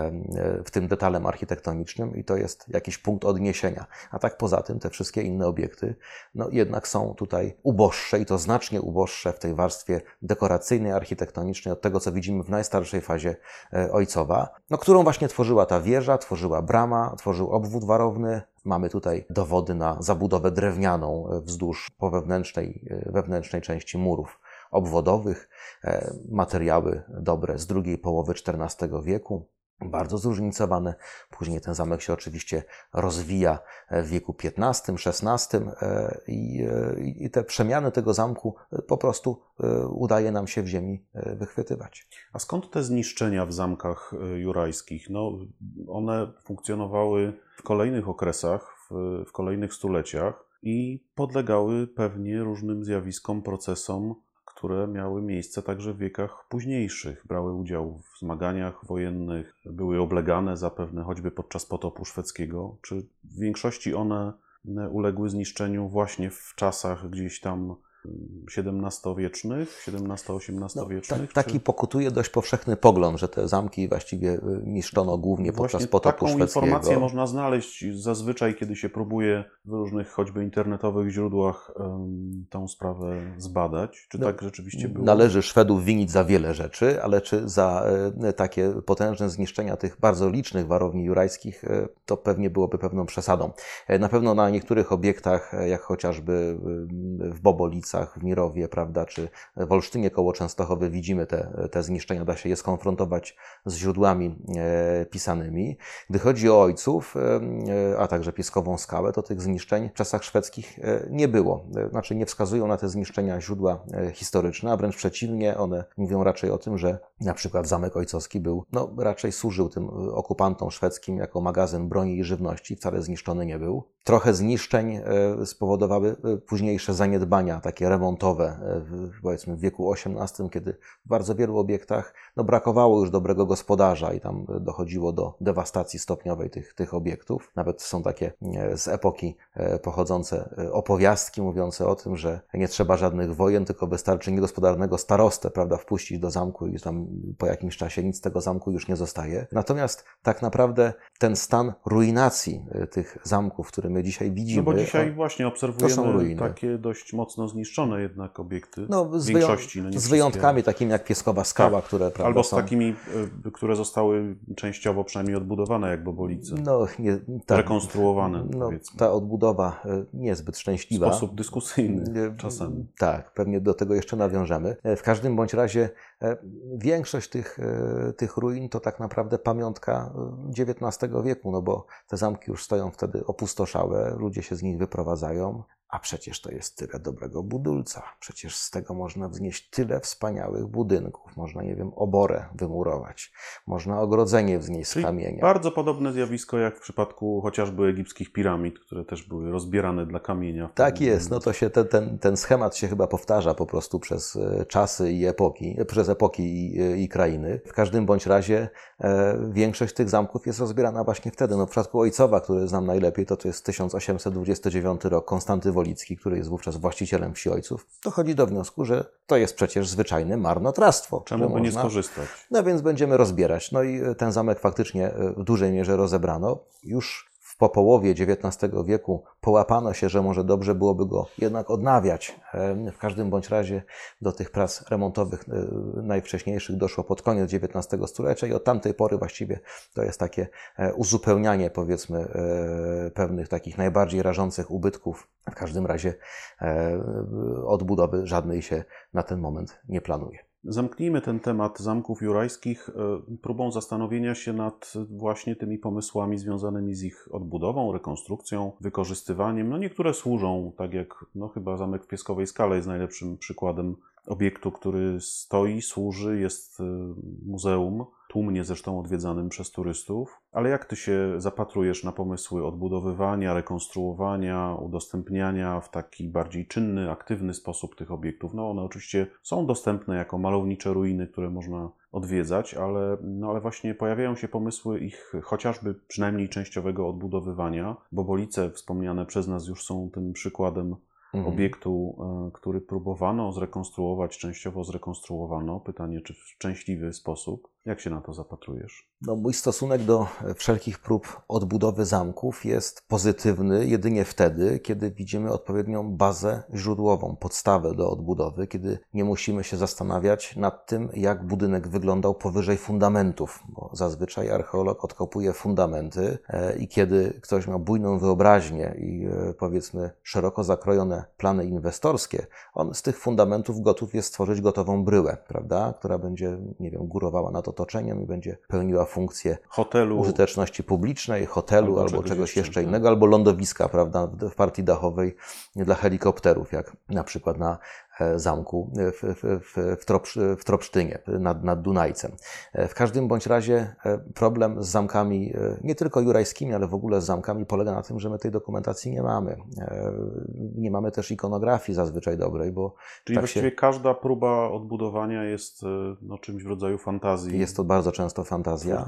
w tym detalem architektonicznym i to jest jakiś punkt odniesienia. A tak poza tym te wszystkie inne obiekty, no jednak są tutaj uboższe i to znacznie uboższe w tej warstwie dekoracyjnej, architektonicznej od tego, co widzimy w najstarszej fazie Ojcowa, no, którą właśnie tworzyła ta wieża, tworzyła brama, tworzył obwód warowny. Mamy tutaj dowody na zabudowę drewnianą wzdłuż po wewnętrznej, wewnętrznej części murów obwodowych, materiały dobre z drugiej połowy czternastego wieku. bardzo zróżnicowane. Później ten zamek się oczywiście rozwija w wieku piętnastym, szesnastym i, i te przemiany tego zamku po prostu udaje nam się w ziemi wychwytywać. A skąd te zniszczenia w zamkach jurajskich? No, one funkcjonowały w kolejnych okresach, w, w kolejnych stuleciach i podlegały pewnie różnym zjawiskom, procesom, które miały miejsce także w wiekach późniejszych. Brały udział w zmaganiach wojennych, były oblegane zapewne choćby podczas potopu szwedzkiego. Czy w większości one uległy zniszczeniu właśnie w czasach gdzieś tam siedemnastowiecznych, siedemnasto-osiemnastowiecznych? No, ta, taki czy... pokutuje dość powszechny pogląd, że te zamki właściwie niszczono głównie podczas Właśnie potopu taką szwedzkiego. informację można znaleźć zazwyczaj, kiedy się próbuje w różnych choćby internetowych źródłach um, tą sprawę zbadać. Czy no, tak rzeczywiście było? Należy Szwedów winić za wiele rzeczy, ale czy za e, takie potężne zniszczenia tych bardzo licznych warowni jurajskich, e, to pewnie byłoby pewną przesadą. E, na pewno na niektórych obiektach, jak chociażby w Bobolicach, w Mirowie, prawda, czy w Olsztynie koło Częstochowy widzimy te, te zniszczenia, da się je skonfrontować z źródłami e, pisanymi. Gdy chodzi o ojców, e, a także Pieskową Skałę, to tych zniszczeń w czasach szwedzkich e, nie było. E, znaczy nie wskazują na te zniszczenia źródła e, historyczne, a wręcz przeciwnie, one mówią raczej o tym, że na przykład Zamek Ojcowski był, no raczej służył tym okupantom szwedzkim jako magazyn broni i żywności, wcale zniszczony nie był. Trochę zniszczeń e, spowodowały późniejsze zaniedbania, takie remontowe, w, powiedzmy w wieku osiemnastym, kiedy w bardzo wielu obiektach no, brakowało już dobrego gospodarza i tam dochodziło do dewastacji stopniowej tych, tych obiektów. Nawet są takie z epoki pochodzące opowiastki mówiące o tym, że nie trzeba żadnych wojen, tylko wystarczy niegospodarnego starostę, prawda, wpuścić do zamku i tam po jakimś czasie nic z tego zamku już nie zostaje. Natomiast tak naprawdę ten stan ruinacji tych zamków, który my dzisiaj widzimy... No bo dzisiaj właśnie obserwujemy to takie dość mocno zniszczone jednak obiekty, no, w większości. No nie z wyjątkami takimi jak Pieskowa Skała, tak. które prawda, albo z są... takimi, które zostały częściowo przynajmniej odbudowane, jak Bobolice. No, nie, tak, rekonstruowane, no, powiedzmy. Ta odbudowa niezbyt szczęśliwa. W sposób dyskusyjny czasem. Tak, pewnie do tego jeszcze nawiążemy. W każdym bądź razie większość tych, tych ruin to tak naprawdę pamiątka dziewiętnastego wieku, no bo te zamki już stoją wtedy opustoszałe, ludzie się z nich wyprowadzają. A przecież to jest tyle dobrego budulca. Przecież z tego można wznieść tyle wspaniałych budynków. Można, nie wiem, oborę wymurować. Można ogrodzenie wznieść Czyli z kamienia. Bardzo podobne zjawisko jak w przypadku chociażby egipskich piramid, które też były rozbierane dla kamienia. Tak jest. No to się ten, ten, ten schemat się chyba powtarza po prostu przez czasy i epoki, przez epoki i, i krainy. W każdym bądź razie e, większość tych zamków jest rozbierana właśnie wtedy. No w przypadku Ojcowa, który znam najlepiej, to to jest tysiąc osiemset dwudziesty dziewiąty rok, Konstanty Wolicki, który jest wówczas właścicielem wsi Ojców, dochodzi do wniosku, że to jest przecież zwyczajne marnotrawstwo. Czemu by nie skorzystać? No więc będziemy rozbierać. No i ten zamek faktycznie w dużej mierze rozebrano. Już po połowie dziewiętnastego wieku połapano się, że może dobrze byłoby go jednak odnawiać. W każdym bądź razie do tych prac remontowych najwcześniejszych doszło pod koniec dziewiętnastego stulecia i od tamtej pory właściwie to jest takie uzupełnianie, powiedzmy, pewnych takich najbardziej rażących ubytków. W każdym razie odbudowy żadnej się na ten moment nie planuje. Zamknijmy ten temat zamków jurajskich próbą zastanowienia się nad właśnie tymi pomysłami związanymi z ich odbudową, rekonstrukcją, wykorzystywaniem. No niektóre służą, tak jak no chyba zamek w Pieskowej Skale jest najlepszym przykładem obiektu, który stoi, służy, jest muzeum, tłumnie zresztą odwiedzanym przez turystów. Ale jak ty się zapatrujesz na pomysły odbudowywania, rekonstruowania, udostępniania w taki bardziej czynny, aktywny sposób tych obiektów? No one oczywiście są dostępne jako malownicze ruiny, które można odwiedzać, ale, no ale właśnie pojawiają się pomysły ich chociażby przynajmniej częściowego odbudowywania. Bobolice wspomniane przez nas już są tym przykładem Mhm. obiektu, który próbowano zrekonstruować, częściowo zrekonstruowano. Pytanie, czy w szczęśliwy sposób? Jak się na to zapatrujesz? No, mój stosunek do wszelkich prób odbudowy zamków jest pozytywny jedynie wtedy, kiedy widzimy odpowiednią bazę źródłową, podstawę do odbudowy, kiedy nie musimy się zastanawiać nad tym, jak budynek wyglądał powyżej fundamentów, bo zazwyczaj archeolog odkopuje fundamenty i kiedy ktoś ma bujną wyobraźnię i powiedzmy szeroko zakrojone plany inwestorskie, on z tych fundamentów gotów jest stworzyć gotową bryłę, prawda, która będzie, nie wiem, górowała nad otoczeniem i będzie pełniła funkcję hotelu, użyteczności publicznej, hotelu albo, albo czegoś, czegoś jeszcze, jeszcze innego, tak. albo lądowiska, prawda, w partii dachowej dla helikopterów, jak na przykład na zamku w, w, w, w, Tropsz, w Tropsztynie nad, nad Dunajcem. W każdym bądź razie problem z zamkami, nie tylko jurajskimi, ale w ogóle z zamkami polega na tym, że my tej dokumentacji nie mamy. Nie mamy też ikonografii zazwyczaj dobrej, bo Czyli tak właściwie się... każda próba odbudowania jest no, czymś w rodzaju fantazji. Jest to bardzo często fantazja.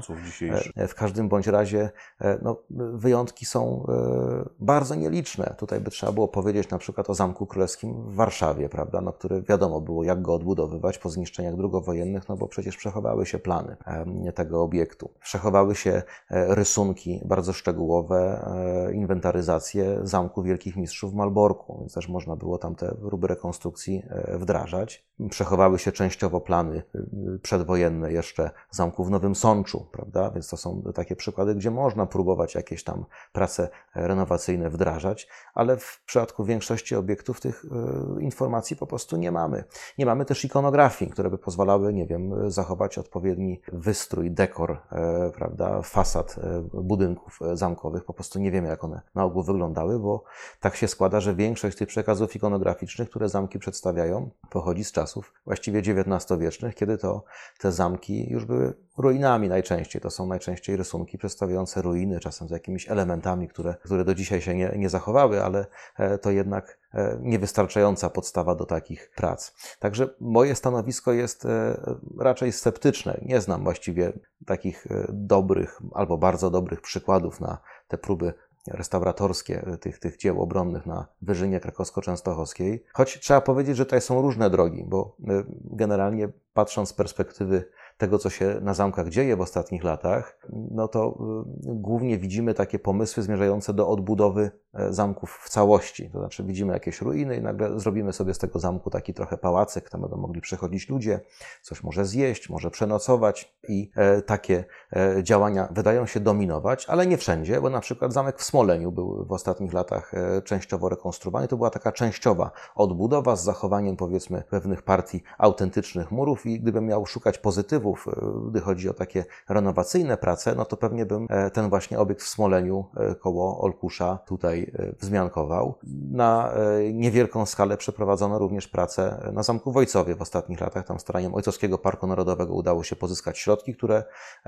W każdym bądź razie no, wyjątki są bardzo nieliczne. Tutaj by trzeba było powiedzieć na przykład o Zamku Królewskim w Warszawie, prawda? No, który wiadomo było, jak go odbudowywać po zniszczeniach drugowojennych, no bo przecież przechowały się plany tego obiektu. Przechowały się rysunki bardzo szczegółowe, inwentaryzacje Zamku Wielkich Mistrzów w Malborku, więc też można było tam te próby rekonstrukcji wdrażać. Przechowały się częściowo plany przedwojenne jeszcze zamku w Nowym Sączu, prawda? Więc to są takie przykłady, gdzie można próbować jakieś tam prace renowacyjne wdrażać, ale w przypadku większości obiektów tych informacji po prostu nie mamy. Nie mamy też ikonografii, które by pozwalały, nie wiem, zachować odpowiedni wystrój, dekor, e, prawda, fasad e, budynków zamkowych. Po prostu nie wiemy, jak one na ogół wyglądały, bo tak się składa, że większość tych przekazów ikonograficznych, które zamki przedstawiają, pochodzi z czasów właściwie dziewiętnastowiecznych, kiedy to te zamki już były ruinami najczęściej. To są najczęściej rysunki przedstawiające ruiny, czasem z jakimiś elementami, które, które do dzisiaj się nie, nie zachowały, ale to jednak niewystarczająca podstawa do takich prac. Także moje stanowisko jest raczej sceptyczne. Nie znam właściwie takich dobrych albo bardzo dobrych przykładów na te próby restauratorskie tych, tych dzieł obronnych na Wyżynie Krakowsko-Częstochowskiej. Choć trzeba powiedzieć, że tutaj są różne drogi, bo generalnie patrząc z perspektywy tego, co się na zamkach dzieje w ostatnich latach, no to głównie widzimy takie pomysły zmierzające do odbudowy zamków w całości. To znaczy widzimy jakieś ruiny i nagle zrobimy sobie z tego zamku taki trochę pałacyk, tam będą mogli przychodzić ludzie, coś może zjeść, może przenocować i takie działania wydają się dominować, ale nie wszędzie, bo na przykład zamek w Smoleniu był w ostatnich latach częściowo rekonstruowany. To była taka częściowa odbudowa z zachowaniem, powiedzmy, pewnych partii autentycznych murów i gdybym miał szukać pozytywów, gdy chodzi o takie renowacyjne prace, no to pewnie bym ten właśnie obiekt w Smoleniu koło Olkusza tutaj wzmiankował. Na niewielką skalę przeprowadzono również prace na Zamku w Ojcowie w ostatnich latach. Tam staraniem Ojcowskiego Parku Narodowego udało się pozyskać środki, które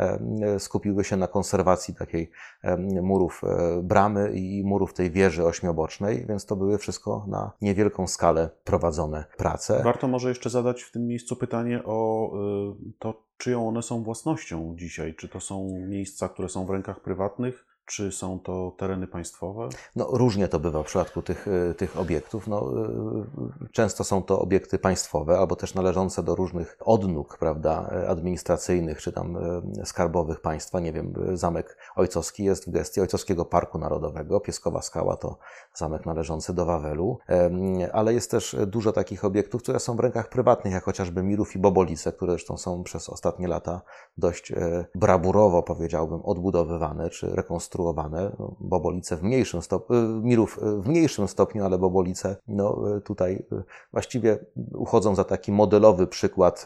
skupiły się na konserwacji takiej murów bramy i murów tej wieży ośmiobocznej, więc to były wszystko na niewielką skalę prowadzone prace. Warto może jeszcze zadać w tym miejscu pytanie o to, czyją one są własnością dzisiaj. Czy to są miejsca, które są w rękach prywatnych, czy są to tereny państwowe? No, różnie to bywa w przypadku tych, tych obiektów. No, często są to obiekty państwowe, albo też należące do różnych odnóg, prawda, administracyjnych, czy tam skarbowych państwa. Nie wiem, Zamek Ojcowski jest w gestii Ojcowskiego Parku Narodowego. Pieskowa Skała to zamek należący do Wawelu. Ale jest też dużo takich obiektów, które są w rękach prywatnych, jak chociażby Mirów i Bobolice, które zresztą są przez ostatnie lata dość brawurowo, powiedziałbym, odbudowywane, czy rekonstruowane. Bobolice w mniejszym stopniu, Mirów w mniejszym stopniu, ale Bobolice no, tutaj właściwie uchodzą za taki modelowy przykład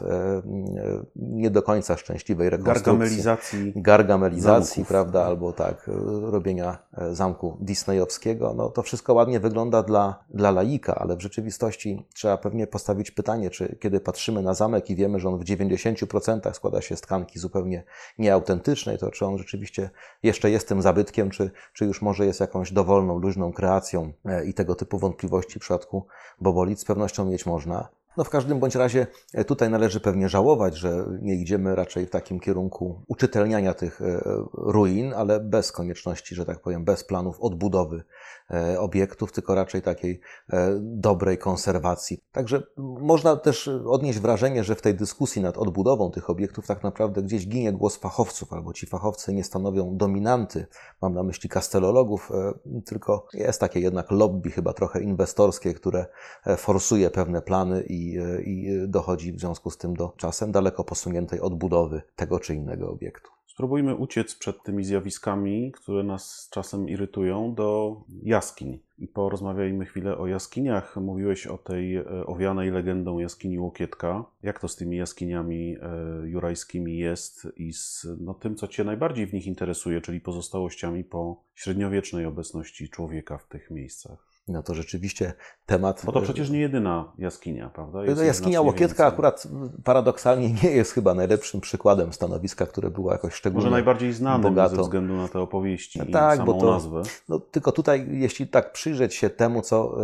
nie do końca szczęśliwej rekonstrukcji. Gargamelizacji. Gargamelizacji, zamków. Prawda, albo tak, robienia zamku disneyowskiego. No, to wszystko ładnie wygląda dla, dla laika, ale w rzeczywistości trzeba pewnie postawić pytanie, czy kiedy patrzymy na zamek i wiemy, że on w dziewięćdziesięciu procentach składa się z tkanki zupełnie nieautentycznej, to czy on rzeczywiście jeszcze jest tym zabytkiem, czy, czy już może jest jakąś dowolną, luźną kreacją i tego typu wątpliwości w przypadku Bobolic z pewnością mieć można. No w każdym bądź razie tutaj należy pewnie żałować, że nie idziemy raczej w takim kierunku uczytelniania tych ruin, ale bez konieczności, że tak powiem, bez planów odbudowy obiektów, tylko raczej takiej dobrej konserwacji. Także można też odnieść wrażenie, że w tej dyskusji nad odbudową tych obiektów tak naprawdę gdzieś ginie głos fachowców, albo ci fachowcy nie stanowią dominanty. Mam na myśli kastelologów, tylko jest takie jednak lobby chyba trochę inwestorskie, które forsuje pewne plany i i dochodzi w związku z tym do czasem daleko posuniętej odbudowy tego czy innego obiektu. Spróbujmy uciec przed tymi zjawiskami, które nas czasem irytują, do jaskiń. I porozmawiajmy chwilę o jaskiniach. Mówiłeś o tej owianej legendą jaskini Łokietka. Jak to z tymi jaskiniami jurajskimi jest i z no, tym, co Cię najbardziej w nich interesuje, czyli pozostałościami po średniowiecznej obecności człowieka w tych miejscach? No to rzeczywiście temat... Bo to przecież nie jedyna jaskinia, prawda? Jest jaskinia Łokietka więcej. Akurat paradoksalnie nie jest chyba najlepszym przykładem stanowiska, które było jakoś szczególnie Może najbardziej znanym bogato. ze względu na te opowieści no i tak, samą bo to, nazwę. No, tylko tutaj, jeśli tak przyjrzeć się temu, co y,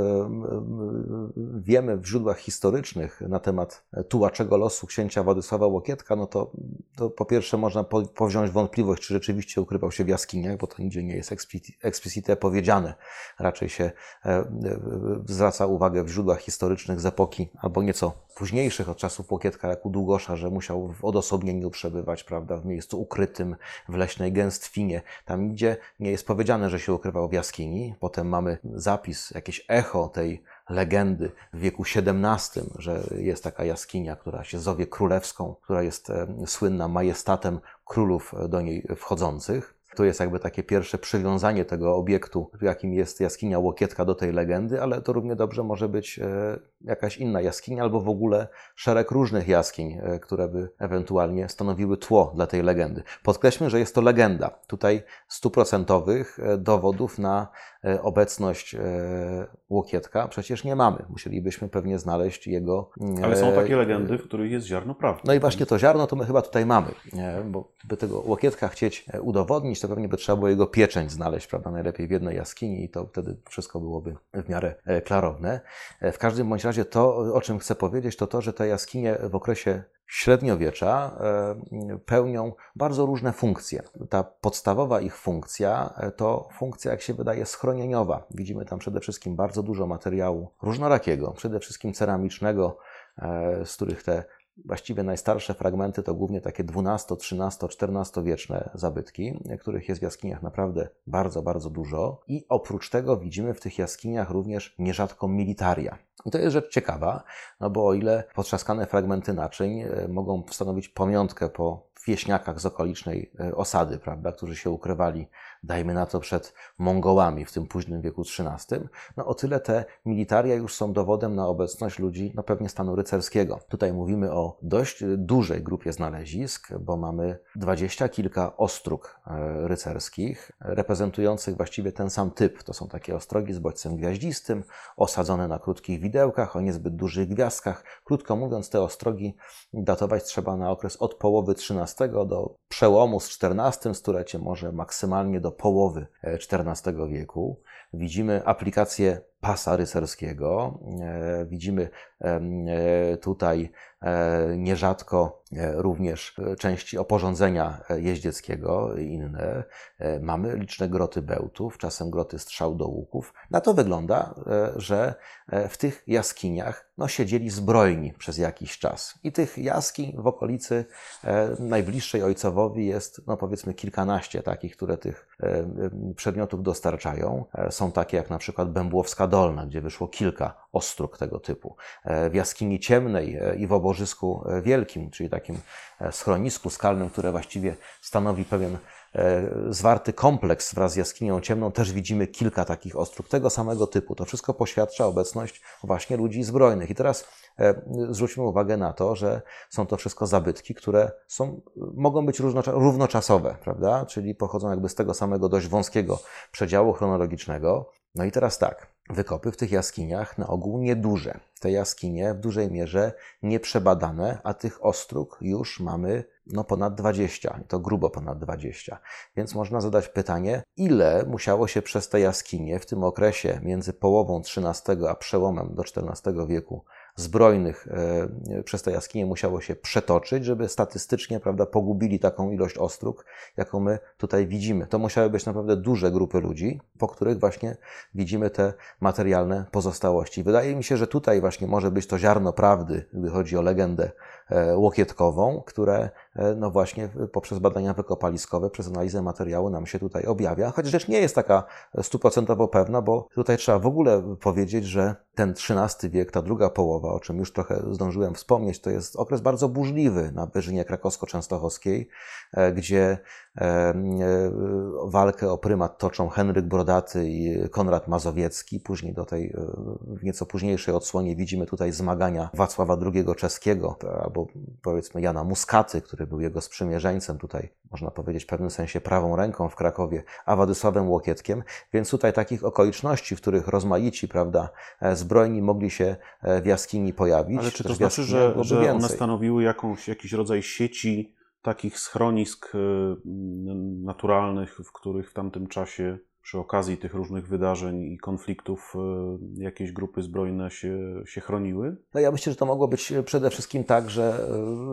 y, wiemy w źródłach historycznych na temat tułaczego losu księcia Władysława Łokietka, no to, to po pierwsze można po, powziąć wątpliwość, czy rzeczywiście ukrywał się w jaskiniach, bo to nigdzie nie jest explicite powiedziane. Raczej się zwraca uwagę w źródłach historycznych z epoki, albo nieco późniejszych, od czasów Łokietka, jak u Długosza, że musiał w odosobnieniu przebywać, prawda, w miejscu ukrytym, w leśnej gęstwinie. Tam nigdzie nie jest powiedziane, że się ukrywał w jaskini. Potem mamy zapis, jakieś echo tej legendy w wieku siedemnastym, że jest taka jaskinia, która się zowie Królewską, która jest słynna majestatem królów do niej wchodzących. To jest jakby takie pierwsze przywiązanie tego obiektu, jakim jest jaskinia Łokietka, do tej legendy, ale to równie dobrze może być jakaś inna jaskinia albo w ogóle szereg różnych jaskiń, które by ewentualnie stanowiły tło dla tej legendy. Podkreślmy, że jest to legenda. Tutaj stuprocentowych dowodów na obecność Łokietka przecież nie mamy. Musielibyśmy pewnie znaleźć jego... Ale są takie legendy, w których jest ziarno prawdy. No i właśnie to ziarno to my chyba tutaj mamy, bo by tego Łokietka chcieć udowodnić, to pewnie by trzeba było jego pieczęć znaleźć, prawda, najlepiej w jednej jaskini i to wtedy wszystko byłoby w miarę klarowne. W każdym bądź razie to, o czym chcę powiedzieć, to to, że te jaskinie w okresie średniowiecza pełnią bardzo różne funkcje. Ta podstawowa ich funkcja to funkcja, jak się wydaje, schronieniowa. Widzimy tam przede wszystkim bardzo dużo materiału różnorakiego, przede wszystkim ceramicznego, z których te właściwie najstarsze fragmenty to głównie takie dwunasto-, trzynasto-, czternastowieczne zabytki, których jest w jaskiniach naprawdę bardzo, bardzo dużo. I oprócz tego widzimy w tych jaskiniach również nierzadko militaria. I to jest rzecz ciekawa, no bo o ile potrzaskane fragmenty naczyń mogą stanowić pamiątkę po wieśniakach z okolicznej osady, prawda, którzy się ukrywali, dajmy na to, przed Mongołami w tym późnym wieku trzynastym, no o tyle te militaria już są dowodem na obecność ludzi, no pewnie stanu rycerskiego. Tutaj mówimy o dość dużej grupie znalezisk, bo mamy dwadzieścia kilka ostróg rycerskich, reprezentujących właściwie ten sam typ. To są takie ostrogi z bodźcem gwiaździstym, osadzone na krótkich widełkach, o niezbyt dużych gwiazdkach. Krótko mówiąc, te ostrogi datować trzeba na okres od połowy trzynastego do przełomu z czternastym stuleciem, może maksymalnie do połowy czternastego wieku. Widzimy aplikację pasa rycerskiego, widzimy tutaj nierzadko również części oporządzenia jeździeckiego i inne. Mamy liczne groty bełtów, czasem groty strzał do łuków. Na to wygląda, że w tych jaskiniach no, siedzieli zbrojni przez jakiś czas. I tych jaskiń w okolicy najbliższej ojcowowi jest, no powiedzmy, kilkanaście takich, które tych przedmiotów dostarczają. Są takie jak na przykład Bębłowska Dolna, gdzie wyszło kilka ostróg tego typu. W jaskini Ciemnej i w Oborzysku Wielkim, czyli takim schronisku skalnym, które właściwie stanowi pewien zwarty kompleks wraz z jaskinią Ciemną, też widzimy kilka takich ostróg tego samego typu. To wszystko poświadcza obecność właśnie ludzi zbrojnych. I teraz zwróćmy uwagę na to, że są to wszystko zabytki, które są, mogą być równoczasowe, prawda? Czyli pochodzą jakby z tego samego dość wąskiego przedziału chronologicznego. No i teraz tak, wykopy w tych jaskiniach na ogół nieduże. Te jaskinie w dużej mierze nieprzebadane, a tych ostróg już mamy no ponad dwadzieścia, i to grubo ponad dwadzieścia. Więc można zadać pytanie, ile musiało się przez te jaskinie w tym okresie między połową trzynastego a przełomem do czternastego wieku zbrojnych e, przez te jaskinie musiało się przetoczyć, żeby statystycznie, prawda, pogubili taką ilość ostróg, jaką my tutaj widzimy. To musiały być naprawdę duże grupy ludzi, po których właśnie widzimy te materialne pozostałości. Wydaje mi się, że tutaj właśnie może być to ziarno prawdy, gdy chodzi o legendę e, łokietkową, które no właśnie poprzez badania wykopaliskowe, przez analizę materiału nam się tutaj objawia. Choć rzecz nie jest taka stuprocentowo pewna, bo tutaj trzeba w ogóle powiedzieć, że ten trzynasty wiek, ta druga połowa, o czym już trochę zdążyłem wspomnieć, to jest okres bardzo burzliwy na Wyżynie Krakowsko-Częstochowskiej, gdzie walkę o prymat toczą Henryk Brodaty i Konrad Mazowiecki. Później do tej, w nieco późniejszej odsłonie widzimy tutaj zmagania Wacława drugiego Czeskiego, albo powiedzmy Jana Muskaty, który był jego sprzymierzeńcem tutaj, można powiedzieć w pewnym sensie prawą ręką w Krakowie, a Władysławem Łokietkiem. Więc tutaj takich okoliczności, w których rozmaici, prawda, zbrojni mogli się w jaskini pojawić. Ale czy to znaczy, że, że więcej. one stanowiły jakąś, jakiś rodzaj sieci takich schronisk naturalnych, w których w tamtym czasie przy okazji tych różnych wydarzeń i konfliktów jakieś grupy zbrojne się, się chroniły? No ja myślę, że to mogło być przede wszystkim tak, że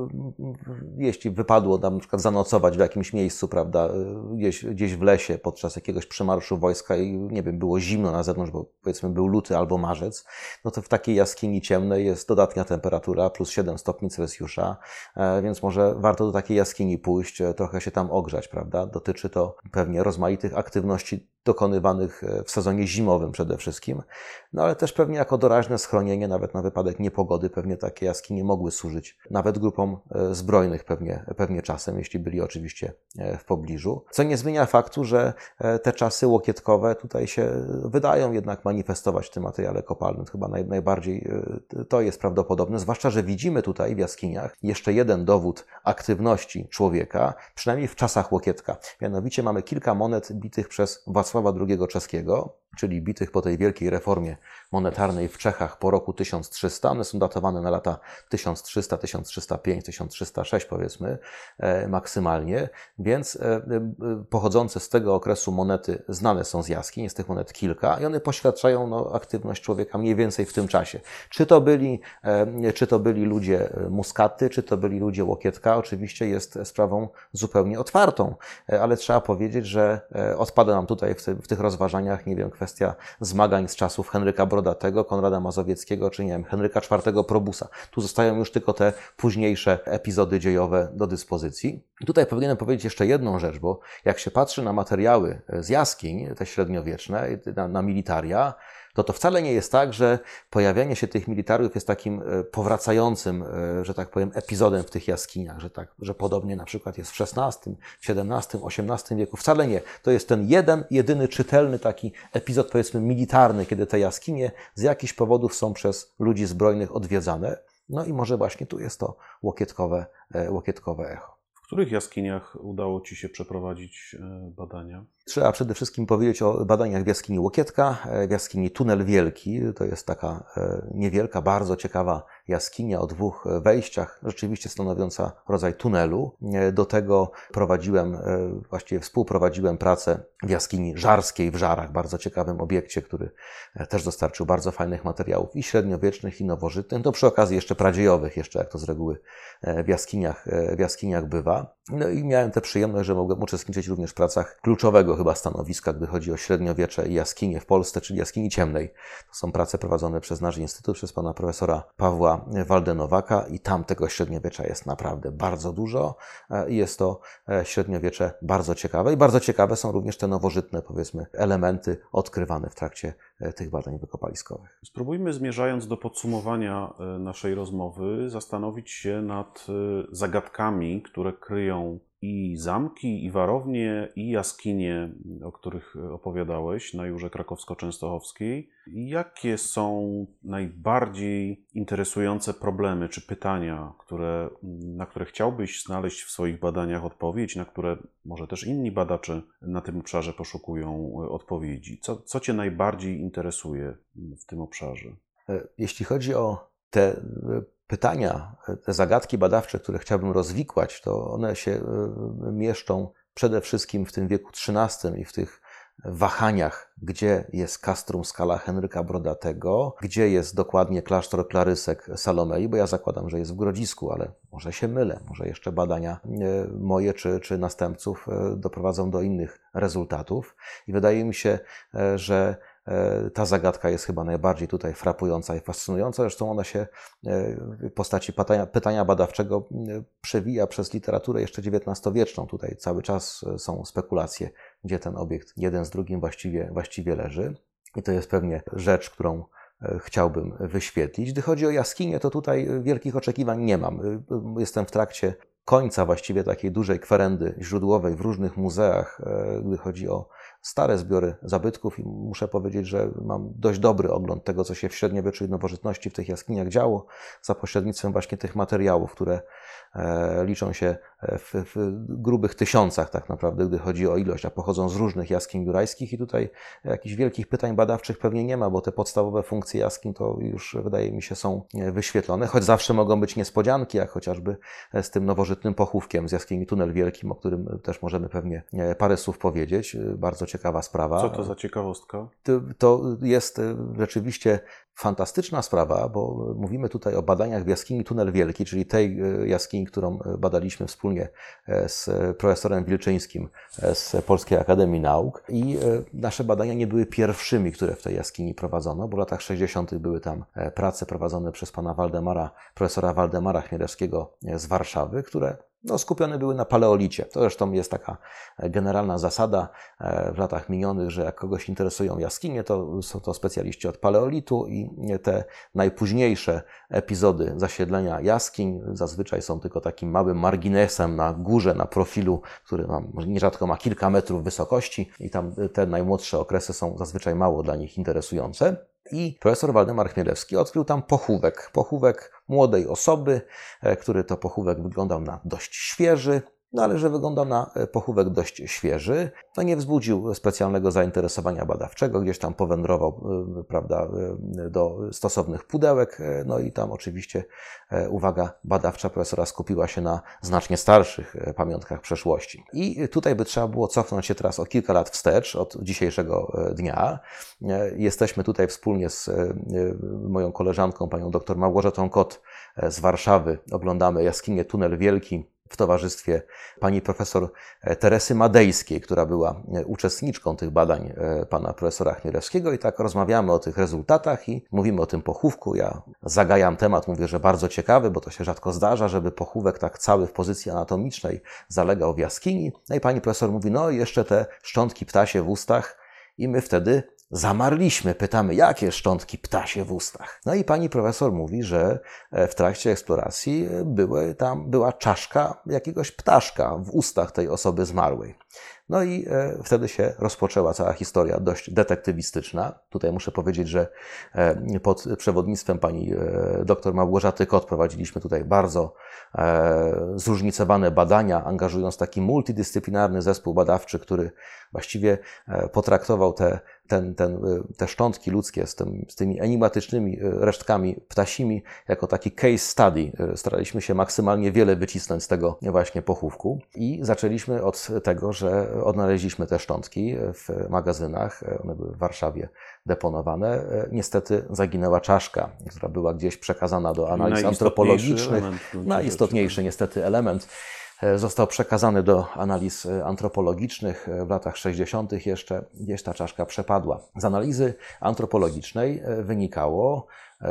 jeśli wypadło nam na przykład zanocować w jakimś miejscu, prawda, gdzieś, gdzieś w lesie podczas jakiegoś przemarszu wojska i nie wiem, było zimno na zewnątrz, bo powiedzmy był luty albo marzec, no to w takiej jaskini ciemnej jest dodatnia temperatura, plus siedem stopni Celsjusza, więc może warto do takiej jaskini pójść, trochę się tam ogrzać, prawda? Dotyczy to pewnie rozmaitych aktywności dokonywanych w sezonie zimowym przede wszystkim, no ale też pewnie jako doraźne schronienie, nawet na wypadek niepogody, pewnie takie jaskinie mogły służyć nawet grupom zbrojnych pewnie, pewnie czasem, jeśli byli oczywiście w pobliżu. Co nie zmienia faktu, że te czasy łokietkowe tutaj się wydają jednak manifestować w tym materiale kopalnym. Chyba naj, najbardziej to jest prawdopodobne, zwłaszcza, że widzimy tutaj w jaskiniach jeszcze jeden dowód aktywności człowieka, przynajmniej w czasach Łokietka. Mianowicie mamy kilka monet bitych przez Wacława drugiego Czeskiego, czyli bitych po tej wielkiej reformie monetarnej w Czechach po roku tysiąc trzysta. One są datowane na lata tysiąc trzysta, tysiąc trzysta pięć, tysiąc trzysta sześć powiedzmy e, maksymalnie, więc e, pochodzące z tego okresu monety znane są z jaskiń, jest tych monet kilka i one poświadczają no, aktywność człowieka mniej więcej w tym czasie. Czy to byli, e, czy to byli ludzie Muskaty, czy to byli ludzie Łokietka, oczywiście jest sprawą zupełnie otwartą, e, ale trzeba powiedzieć, że e, odpada nam tutaj w, ty, w tych rozważaniach, nie wiem, kwestia zmagań z czasów Henryka Brodatego, Konrada Mazowieckiego, czy nie wiem, Henryka czwartego Probusa. Tu zostają już tylko te późniejsze epizody dziejowe do dyspozycji. I tutaj powinienem powiedzieć jeszcze jedną rzecz, bo jak się patrzy na materiały z jaskiń, te średniowieczne, na, na militaria, to to wcale nie jest tak, że pojawianie się tych militariów jest takim powracającym, że tak powiem, epizodem w tych jaskiniach, że tak, że podobnie na przykład jest w szesnastym, siedemnastym, osiemnastym wieku. Wcale nie. To jest ten jeden, jedyny czytelny taki epizod, powiedzmy, militarny, kiedy te jaskinie z jakichś powodów są przez ludzi zbrojnych odwiedzane. No i może właśnie tu jest to łokietkowe, łokietkowe echo. W których jaskiniach udało Ci się przeprowadzić badania? Trzeba przede wszystkim powiedzieć o badaniach w jaskini Łokietka, w jaskini Tunel Wielki. To jest taka niewielka, bardzo ciekawa jaskinia o dwóch wejściach, rzeczywiście stanowiąca rodzaj tunelu. Do tego prowadziłem, właściwie współprowadziłem pracę w jaskini Żarskiej w Żarach, bardzo ciekawym obiekcie, który też dostarczył bardzo fajnych materiałów i średniowiecznych, i nowożytnych. To przy okazji jeszcze pradziejowych, jeszcze jak to z reguły w jaskiniach, w jaskiniach bywa. No i miałem tę przyjemność, że mogłem uczestniczyć również w pracach kluczowego chyba stanowiska, gdy chodzi o średniowiecze i jaskinie w Polsce, czyli jaskini ciemnej. To są prace prowadzone przez nasz instytut, przez pana profesora Pawła Waldenowaka i tam tego średniowiecza jest naprawdę bardzo dużo i jest to średniowiecze bardzo ciekawe i bardzo ciekawe są również te nowożytne, powiedzmy, elementy odkrywane w trakcie tych badań wykopaliskowych. Spróbujmy, zmierzając do podsumowania naszej rozmowy, zastanowić się nad zagadkami, które kryją i zamki, i warownie, i jaskinie, o których opowiadałeś na Jurze Krakowsko-Częstochowskiej. Jakie są najbardziej interesujące problemy czy pytania, które, na które chciałbyś znaleźć w swoich badaniach odpowiedź, na które może też inni badacze na tym obszarze poszukują odpowiedzi? Co, co Cię najbardziej interesuje w tym obszarze? Jeśli chodzi o te pytania, te zagadki badawcze, które chciałbym rozwikłać, to one się mieszczą przede wszystkim w tym wieku trzynastym i w tych wahaniach, gdzie jest Castrum Scala Henryka Brodatego, gdzie jest dokładnie klasztor Klarysek Salomei, bo ja zakładam, że jest w Grodzisku, ale może się mylę, może jeszcze badania moje czy, czy następców doprowadzą do innych rezultatów. I wydaje mi się, że ta zagadka jest chyba najbardziej tutaj frapująca i fascynująca. Zresztą ona się w postaci pytania, pytania badawczego przewija przez literaturę jeszcze dziewiętnastowieczną. Tutaj cały czas są spekulacje, gdzie ten obiekt jeden z drugim właściwie, właściwie leży. I to jest pewnie rzecz, którą chciałbym wyświetlić. Gdy chodzi o jaskinie, to tutaj wielkich oczekiwań nie mam. Jestem w trakcie końca właściwie takiej dużej kwerendy źródłowej w różnych muzeach, gdy chodzi o stare zbiory zabytków i muszę powiedzieć, że mam dość dobry ogląd tego, co się w średniowieczu i nowożytności w tych jaskiniach działo, za pośrednictwem właśnie tych materiałów, które liczą się w, w grubych tysiącach tak naprawdę, gdy chodzi o ilość, a pochodzą z różnych jaskiń jurajskich i tutaj jakichś wielkich pytań badawczych pewnie nie ma, bo te podstawowe funkcje jaskiń to już wydaje mi się są wyświetlone, choć zawsze mogą być niespodzianki, jak chociażby z tym nowożytnym pochówkiem z jaskini Tunel Wielkim, o którym też możemy pewnie parę słów powiedzieć. Bardzo ciekawa sprawa. Co to za ciekawostka? To, to jest rzeczywiście fantastyczna sprawa, bo mówimy tutaj o badaniach w jaskini Tunel Wielki, czyli tej jaskini, którą badaliśmy wspólnie z profesorem Wilczyńskim z Polskiej Akademii Nauk. I nasze badania nie były pierwszymi, które w tej jaskini prowadzono, bo w latach sześćdziesiątych były tam prace prowadzone przez pana Waldemara, profesora Waldemara Chmielewskiego z Warszawy, które no, skupione były na paleolicie. To zresztą jest taka generalna zasada w latach minionych, że jak kogoś interesują jaskinie, to są to specjaliści od paleolitu i te najpóźniejsze epizody zasiedlenia jaskiń zazwyczaj są tylko takim małym marginesem na górze, na profilu, który ma, nierzadko ma kilka metrów wysokości i tam te najmłodsze okresy są zazwyczaj mało dla nich interesujące. I profesor Waldemar Chmielewski odkrył tam pochówek, pochówek młodej osoby, który to pochówek wyglądał na dość świeży, no ale że wyglądał na pochówek dość świeży, to nie wzbudził specjalnego zainteresowania badawczego, gdzieś tam powędrował, prawda, do stosownych pudełek, no i tam oczywiście uwaga badawcza profesora skupiła się na znacznie starszych pamiątkach przeszłości. I tutaj by trzeba było cofnąć się teraz o kilka lat wstecz od dzisiejszego dnia. Jesteśmy tutaj wspólnie z moją koleżanką, panią dr Małgorzatą Kot z Warszawy, oglądamy jaskinię Tunel Wielki w towarzystwie pani profesor Teresy Madejskiej, która była uczestniczką tych badań pana profesora Chmielewskiego i tak rozmawiamy o tych rezultatach i mówimy o tym pochówku. Ja zagajam temat, mówię, że bardzo ciekawy, bo to się rzadko zdarza, żeby pochówek tak cały w pozycji anatomicznej zalegał w jaskini. No i pani profesor mówi, no i jeszcze te szczątki ptasie w ustach i my wtedy zamarliśmy, pytamy, jakie szczątki ptasie w ustach. No i pani profesor mówi, że w trakcie eksploracji były tam, była czaszka jakiegoś ptaszka w ustach tej osoby zmarłej. No i wtedy się rozpoczęła cała historia dość detektywistyczna. Tutaj muszę powiedzieć, że pod przewodnictwem pani dr Małgorzaty Kot prowadziliśmy tutaj bardzo zróżnicowane badania, angażując taki multidyscyplinarny zespół badawczy, który właściwie potraktował te, ten, ten, te szczątki ludzkie z, tym, z tymi enigmatycznymi resztkami ptasimi jako taki case study. Staraliśmy się maksymalnie wiele wycisnąć z tego właśnie pochówku i zaczęliśmy od tego, że odnaleźliśmy te szczątki w magazynach, one były w Warszawie deponowane. Niestety zaginęła czaszka, która była gdzieś przekazana do analiz antropologicznych. Najistotniejszy niestety element został przekazany do analiz antropologicznych w latach sześćdziesiątych jeszcze, gdzieś ta czaszka przepadła. Z analizy antropologicznej wynikało,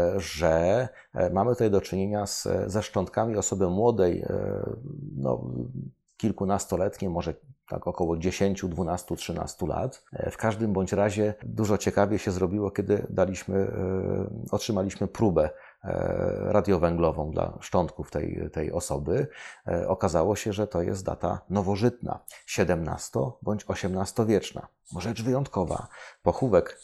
że mamy tutaj do czynienia z, ze szczątkami osoby młodej, no, kilkunastoletniej, może tak około dziesięć, dwanaście, trzynaście lat. W każdym bądź razie dużo ciekawie się zrobiło, kiedy daliśmy, otrzymaliśmy próbę radiowęglową dla szczątków tej, tej osoby. Okazało się, że to jest data nowożytna, siedemnasto- bądź osiemnastowieczna. Rzecz wyjątkowa. Pochówek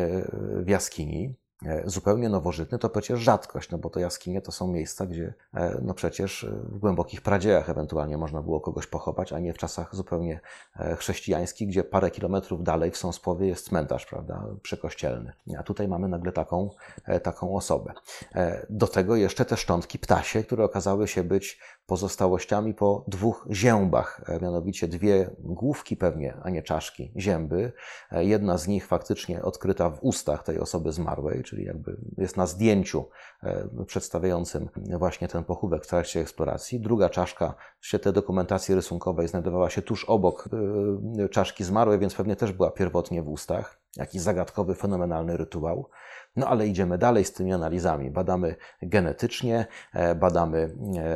w jaskini, zupełnie nowożytny, to przecież rzadkość, no bo to jaskinie to są miejsca, gdzie no przecież w głębokich pradziejach ewentualnie można było kogoś pochować, a nie w czasach zupełnie chrześcijańskich, gdzie parę kilometrów dalej w Sąspowie jest cmentarz, prawda, przykościelny. A tutaj mamy nagle taką, taką osobę. Do tego jeszcze te szczątki ptasie, które okazały się być pozostałościami po dwóch ziębach, mianowicie dwie główki pewnie, a nie czaszki, zięby. Jedna z nich faktycznie odkryta w ustach tej osoby zmarłej, czyli jakby jest na zdjęciu przedstawiającym właśnie ten pochówek w trakcie eksploracji. Druga czaszka w tej dokumentacji rysunkowej znajdowała się tuż obok czaszki zmarłej, więc pewnie też była pierwotnie w ustach. Jakiś zagadkowy, fenomenalny rytuał. No ale idziemy dalej z tymi analizami. Badamy genetycznie, badamy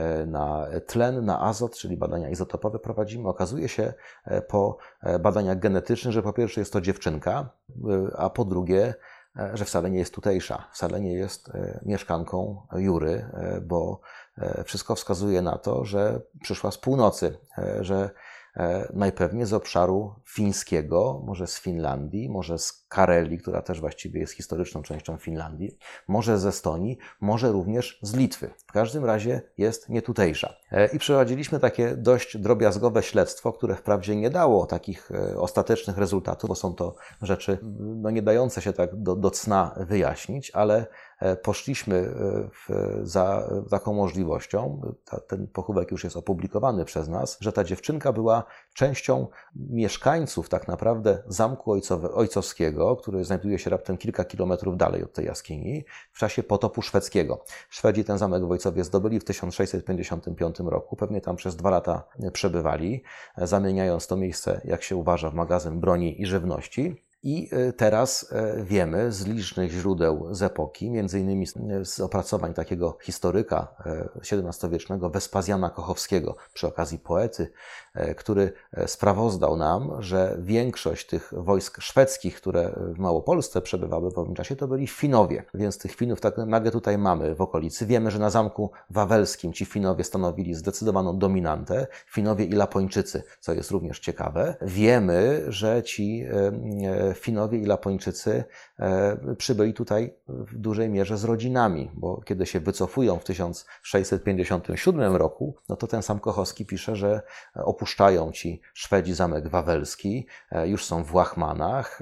na tlen, na azot, czyli badania izotopowe prowadzimy. Okazuje się po badaniach genetycznych, że po pierwsze jest to dziewczynka, a po drugie, że wcale nie jest tutejsza, wcale nie jest mieszkanką Jury, bo wszystko wskazuje na to, że przyszła z północy, że najpewniej z obszaru fińskiego, może z Finlandii, może z Karelii, która też właściwie jest historyczną częścią Finlandii, może z Estonii, może również z Litwy. W każdym razie jest nietutejsza. I przeprowadziliśmy takie dość drobiazgowe śledztwo, które wprawdzie nie dało takich ostatecznych rezultatów, bo są to rzeczy no, nie dające się tak do, do cna wyjaśnić, ale poszliśmy w, za taką możliwością, ta, ten pochówek już jest opublikowany przez nas, że ta dziewczynka była częścią mieszkańców tak naprawdę zamku ojcowe, ojcowskiego, który znajduje się raptem kilka kilometrów dalej od tej jaskini, w czasie potopu szwedzkiego. Szwedzi ten zamek w Ojcowie zdobyli w tysiąc sześćset pięćdziesiątym piątym roku, pewnie tam przez dwa lata przebywali, zamieniając to miejsce, jak się uważa, w magazyn broni i żywności. I teraz wiemy z licznych źródeł z epoki, między innymi z opracowań takiego historyka siedemnastowiecznego Wespazjana Kochowskiego, przy okazji poety, który sprawozdał nam, że większość tych wojsk szwedzkich, które w Małopolsce przebywały w owym czasie, to byli Finowie. Więc tych Finów tak nagle tutaj mamy w okolicy. Wiemy, że na Zamku Wawelskim ci Finowie stanowili zdecydowaną dominantę. Finowie i Lapończycy, co jest również ciekawe. Wiemy, że ci Finowie i Lapończycy przybyli tutaj w dużej mierze z rodzinami, bo kiedy się wycofują w tysiąc sześćset pięćdziesiątym siódmym roku, no to ten sam Kochowski pisze, że opuszczają ci Szwedzi Zamek Wawelski, już są w łachmanach,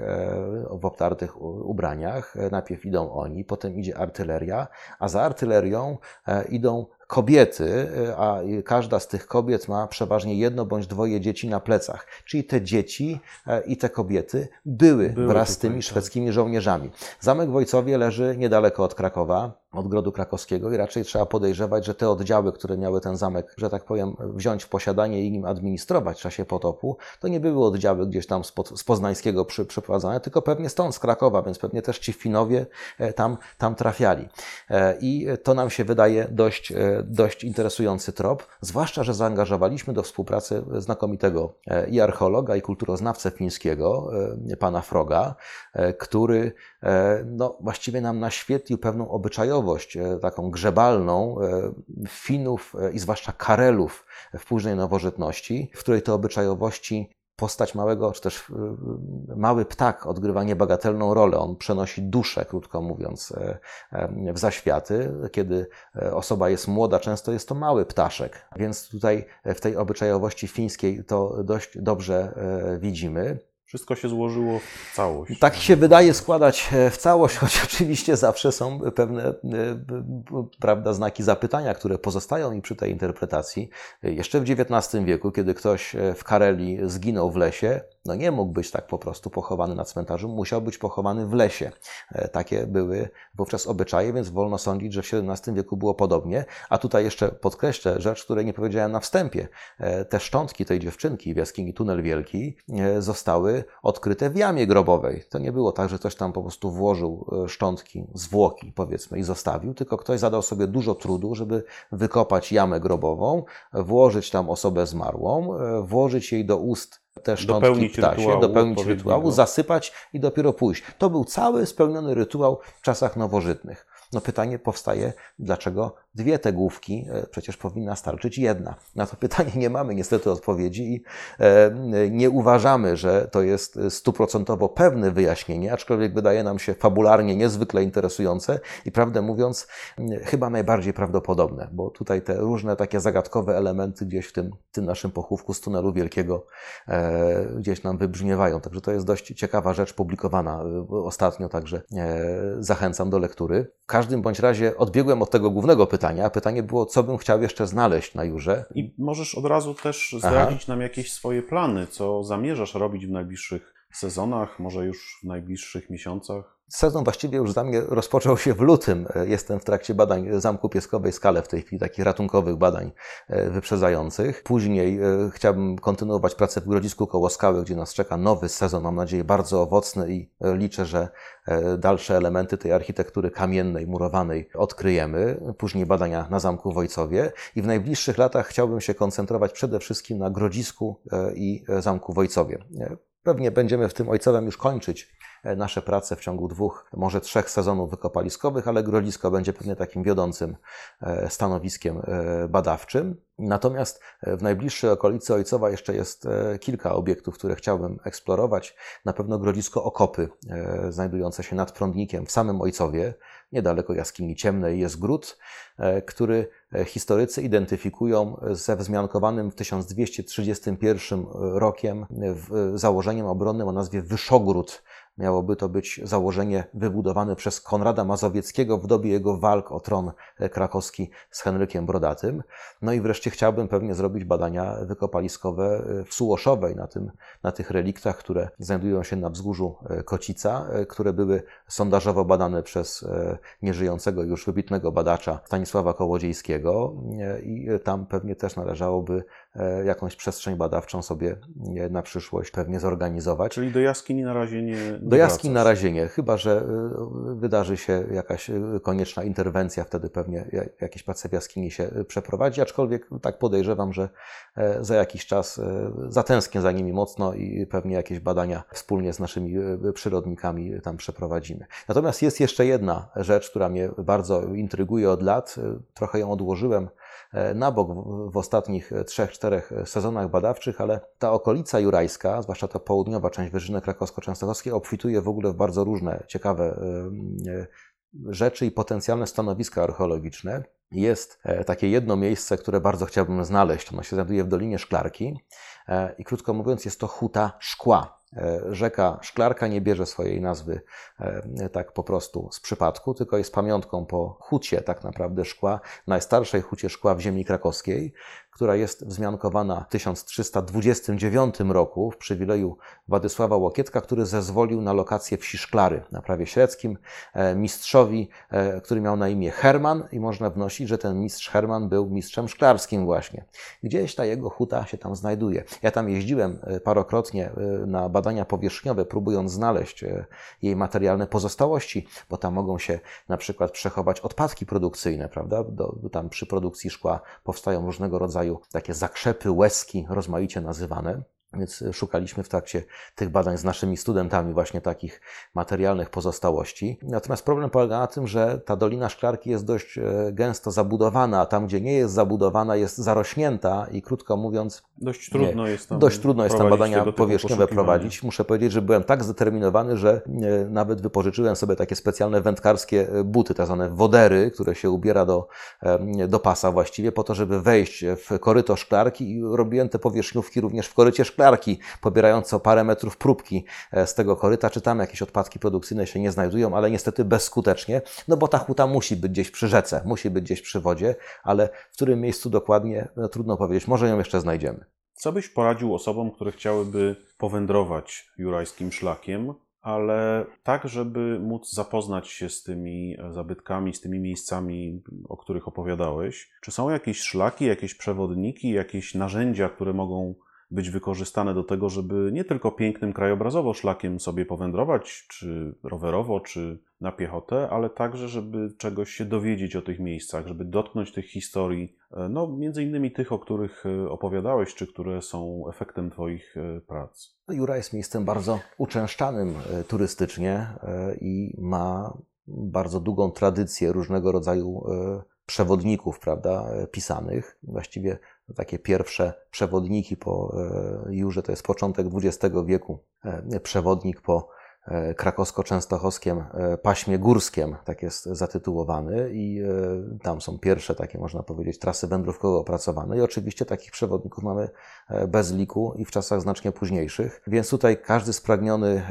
w obtartych ubraniach. Najpierw idą oni, potem idzie artyleria, a za artylerią idą kobiety, a każda z tych kobiet ma przeważnie jedno bądź dwoje dzieci na plecach. Czyli te dzieci i te kobiety były, były wraz tutaj, z tymi szwedzkimi żołnierzami. Zamek w Ojcowie leży niedaleko od Krakowa, od Grodu Krakowskiego i raczej trzeba podejrzewać, że te oddziały, które miały ten zamek, że tak powiem, wziąć w posiadanie i nim administrować w czasie potopu, to nie były oddziały gdzieś tam z, z Poznańskiego przy, przyprowadzane, tylko pewnie stąd, z Krakowa, więc pewnie też ci Finowie tam, tam trafiali. I to nam się wydaje dość, dość interesujący trop, zwłaszcza, że zaangażowaliśmy do współpracy znakomitego i archeologa, i kulturoznawcę fińskiego, pana Froga, który no, właściwie nam naświetlił pewną obyczajowość, taką grzebalną Finów i zwłaszcza Karelów w późnej nowożytności, w której to obyczajowości postać małego, czy też mały ptak odgrywa niebagatelną rolę. On przenosi duszę, krótko mówiąc, w zaświaty. Kiedy osoba jest młoda, często jest to mały ptaszek. Więc tutaj w tej obyczajowości fińskiej to dość dobrze widzimy. Wszystko się złożyło w całość. Tak się wydaje składać w całość, choć oczywiście zawsze są pewne, prawda, znaki zapytania, które pozostają mi przy tej interpretacji. Jeszcze w dziewiętnastym wieku, kiedy ktoś w Karelii zginął w lesie, no nie mógł być tak po prostu pochowany na cmentarzu, musiał być pochowany w lesie. Takie były wówczas obyczaje, więc wolno sądzić, że w siedemnastym wieku było podobnie. A tutaj jeszcze podkreślę rzecz, której nie powiedziałem na wstępie. Te szczątki tej dziewczynki w jaskini Tunel Wielki zostały odkryte w jamie grobowej. To nie było tak, że ktoś tam po prostu włożył szczątki, zwłoki powiedzmy i zostawił, tylko ktoś zadał sobie dużo trudu, żeby wykopać jamę grobową, włożyć tam osobę zmarłą, włożyć jej do ust te szczątki dopełnić ptasie, rytuału, dopełnić rytuału, zasypać i dopiero pójść. To był cały spełniony rytuał w czasach nowożytnych. No pytanie powstaje, dlaczego dwie te główki, przecież powinna starczyć jedna. Na to pytanie nie mamy niestety odpowiedzi i nie uważamy, że to jest stuprocentowo pewne wyjaśnienie, aczkolwiek wydaje nam się fabularnie niezwykle interesujące i prawdę mówiąc chyba najbardziej prawdopodobne, bo tutaj te różne takie zagadkowe elementy gdzieś w tym, tym naszym pochówku z Tunelu Wielkiego gdzieś nam wybrzmiewają. Także to jest dość ciekawa rzecz publikowana ostatnio, także zachęcam do lektury. W każdym bądź razie odbiegłem od tego głównego pytania. Pytanie było, co bym chciał jeszcze znaleźć na Jurze. I możesz od razu też zdradzić Aha. nam jakieś swoje plany, co zamierzasz robić w najbliższych sezonach, może już w najbliższych miesiącach? Sezon właściwie już dla mnie rozpoczął się w lutym. Jestem w trakcie badań Zamku Pieskowej Skale w tej chwili, takich ratunkowych badań wyprzedzających. Później chciałbym kontynuować pracę w Grodzisku koło Skały, gdzie nas czeka nowy sezon, mam nadzieję bardzo owocny i liczę, że dalsze elementy tej architektury kamiennej, murowanej odkryjemy. Później badania na Zamku w Ojcowie i w najbliższych latach chciałbym się koncentrować przede wszystkim na Grodzisku i Zamku w Ojcowie. Pewnie będziemy w tym Ojcowem już kończyć nasze prace w ciągu dwóch, może trzech sezonów wykopaliskowych, ale Grodzisko będzie pewnie takim wiodącym stanowiskiem badawczym. Natomiast w najbliższej okolicy Ojcowa jeszcze jest kilka obiektów, które chciałbym eksplorować. Na pewno Grodzisko Okopy, znajdujące się nad Prądnikiem w samym Ojcowie, niedaleko jaskini Ciemnej, jest gród, który historycy identyfikują ze wzmiankowanym w tysiąc dwieście trzydziestym pierwszym rokiem założeniem obronnym o nazwie Wyszogród. Miałoby to być założenie wybudowane przez Konrada Mazowieckiego w dobie jego walk o tron krakowski z Henrykiem Brodatym. No i wreszcie chciałbym pewnie zrobić badania wykopaliskowe w Sułoszowej, na, tym, na tych reliktach, które znajdują się na wzgórzu Kocica, które były sondażowo badane przez nieżyjącego już wybitnego badacza Stanisława Kołodziejskiego i tam pewnie też należałoby jakąś przestrzeń badawczą sobie na przyszłość pewnie zorganizować. Czyli do jaskini na razie nie, nie Do jaskini wracasz. na razie nie, chyba że wydarzy się jakaś konieczna interwencja, wtedy pewnie jakiś prace w jaskini się przeprowadzi, aczkolwiek tak podejrzewam, że za jakiś czas zatęsknię za nimi mocno i pewnie jakieś badania wspólnie z naszymi przyrodnikami tam przeprowadzimy. Natomiast jest jeszcze jedna rzecz, która mnie bardzo intryguje od lat, trochę ją odłożyłem na bok w ostatnich trzech, czterech sezonach badawczych, ale ta okolica jurajska, zwłaszcza ta południowa część Wyżyny Krakowsko-Częstochowskiej, obfituje w ogóle w bardzo różne ciekawe rzeczy i potencjalne stanowiska archeologiczne. Jest takie jedno miejsce, które bardzo chciałbym znaleźć. Ono się znajduje w Dolinie Szklarki i krótko mówiąc jest to Huta Szkła. Rzeka Szklarka nie bierze swojej nazwy tak po prostu z przypadku, tylko jest pamiątką po hucie tak naprawdę szkła, najstarszej hucie szkła w ziemi krakowskiej, która jest wzmiankowana w tysiąc trzysta dwudziestym dziewiątym roku w przywileju Władysława Łokietka, który zezwolił na lokację wsi Szklary na prawie średzkim mistrzowi, który miał na imię Herman i można wnosić, że ten mistrz Herman był mistrzem szklarskim właśnie. Gdzieś ta jego huta się tam znajduje. Ja tam jeździłem parokrotnie na badania powierzchniowe, próbując znaleźć jej materialne pozostałości, bo tam mogą się na przykład przechować odpadki produkcyjne, prawda? Do, tam przy produkcji szkła powstają różnego rodzaju takie zakrzepy, łezki, rozmaicie nazywane. Więc szukaliśmy w trakcie tych badań z naszymi studentami właśnie takich materialnych pozostałości. Natomiast problem polega na tym, że ta Dolina Szklarki jest dość gęsto zabudowana, a tam, gdzie nie jest zabudowana, jest zarośnięta i krótko mówiąc... Dość trudno nie, jest tam Dość trudno jest tam badania powierzchniowe prowadzić. Muszę powiedzieć, że byłem tak zdeterminowany, że nawet wypożyczyłem sobie takie specjalne wędkarskie buty, tak zwane wodery, które się ubiera do, do pasa właściwie, po to, żeby wejść w koryto szklarki i robiłem te powierzchniówki również w korycie szklarki. Szklarki, pobierając co parę metrów próbki z tego koryta, czy tam jakieś odpadki produkcyjne się nie znajdują, ale niestety bezskutecznie, no bo ta huta musi być gdzieś przy rzece, musi być gdzieś przy wodzie, ale w którym miejscu dokładnie, no, trudno powiedzieć, może ją jeszcze znajdziemy. Co byś poradził osobom, które chciałyby powędrować jurajskim szlakiem, ale tak, żeby móc zapoznać się z tymi zabytkami, z tymi miejscami, o których opowiadałeś? Czy są jakieś szlaki, jakieś przewodniki, jakieś narzędzia, które mogą być wykorzystane do tego, żeby nie tylko pięknym krajobrazowo szlakiem sobie powędrować, czy rowerowo, czy na piechotę, ale także, żeby czegoś się dowiedzieć o tych miejscach, żeby dotknąć tych historii, no między innymi tych, o których opowiadałeś, czy które są efektem Twoich prac. Jura jest miejscem bardzo uczęszczanym turystycznie i ma bardzo długą tradycję różnego rodzaju przewodników, prawda, pisanych. Właściwie takie pierwsze przewodniki po Jurze to jest początek dwudziestego wieku. Przewodnik po krakowsko-częstochowskim paśmie górskim, tak jest zatytułowany i tam są pierwsze takie, można powiedzieć, trasy wędrówkowe opracowane i oczywiście takich przewodników mamy bez liku i w czasach znacznie późniejszych, więc tutaj każdy spragniony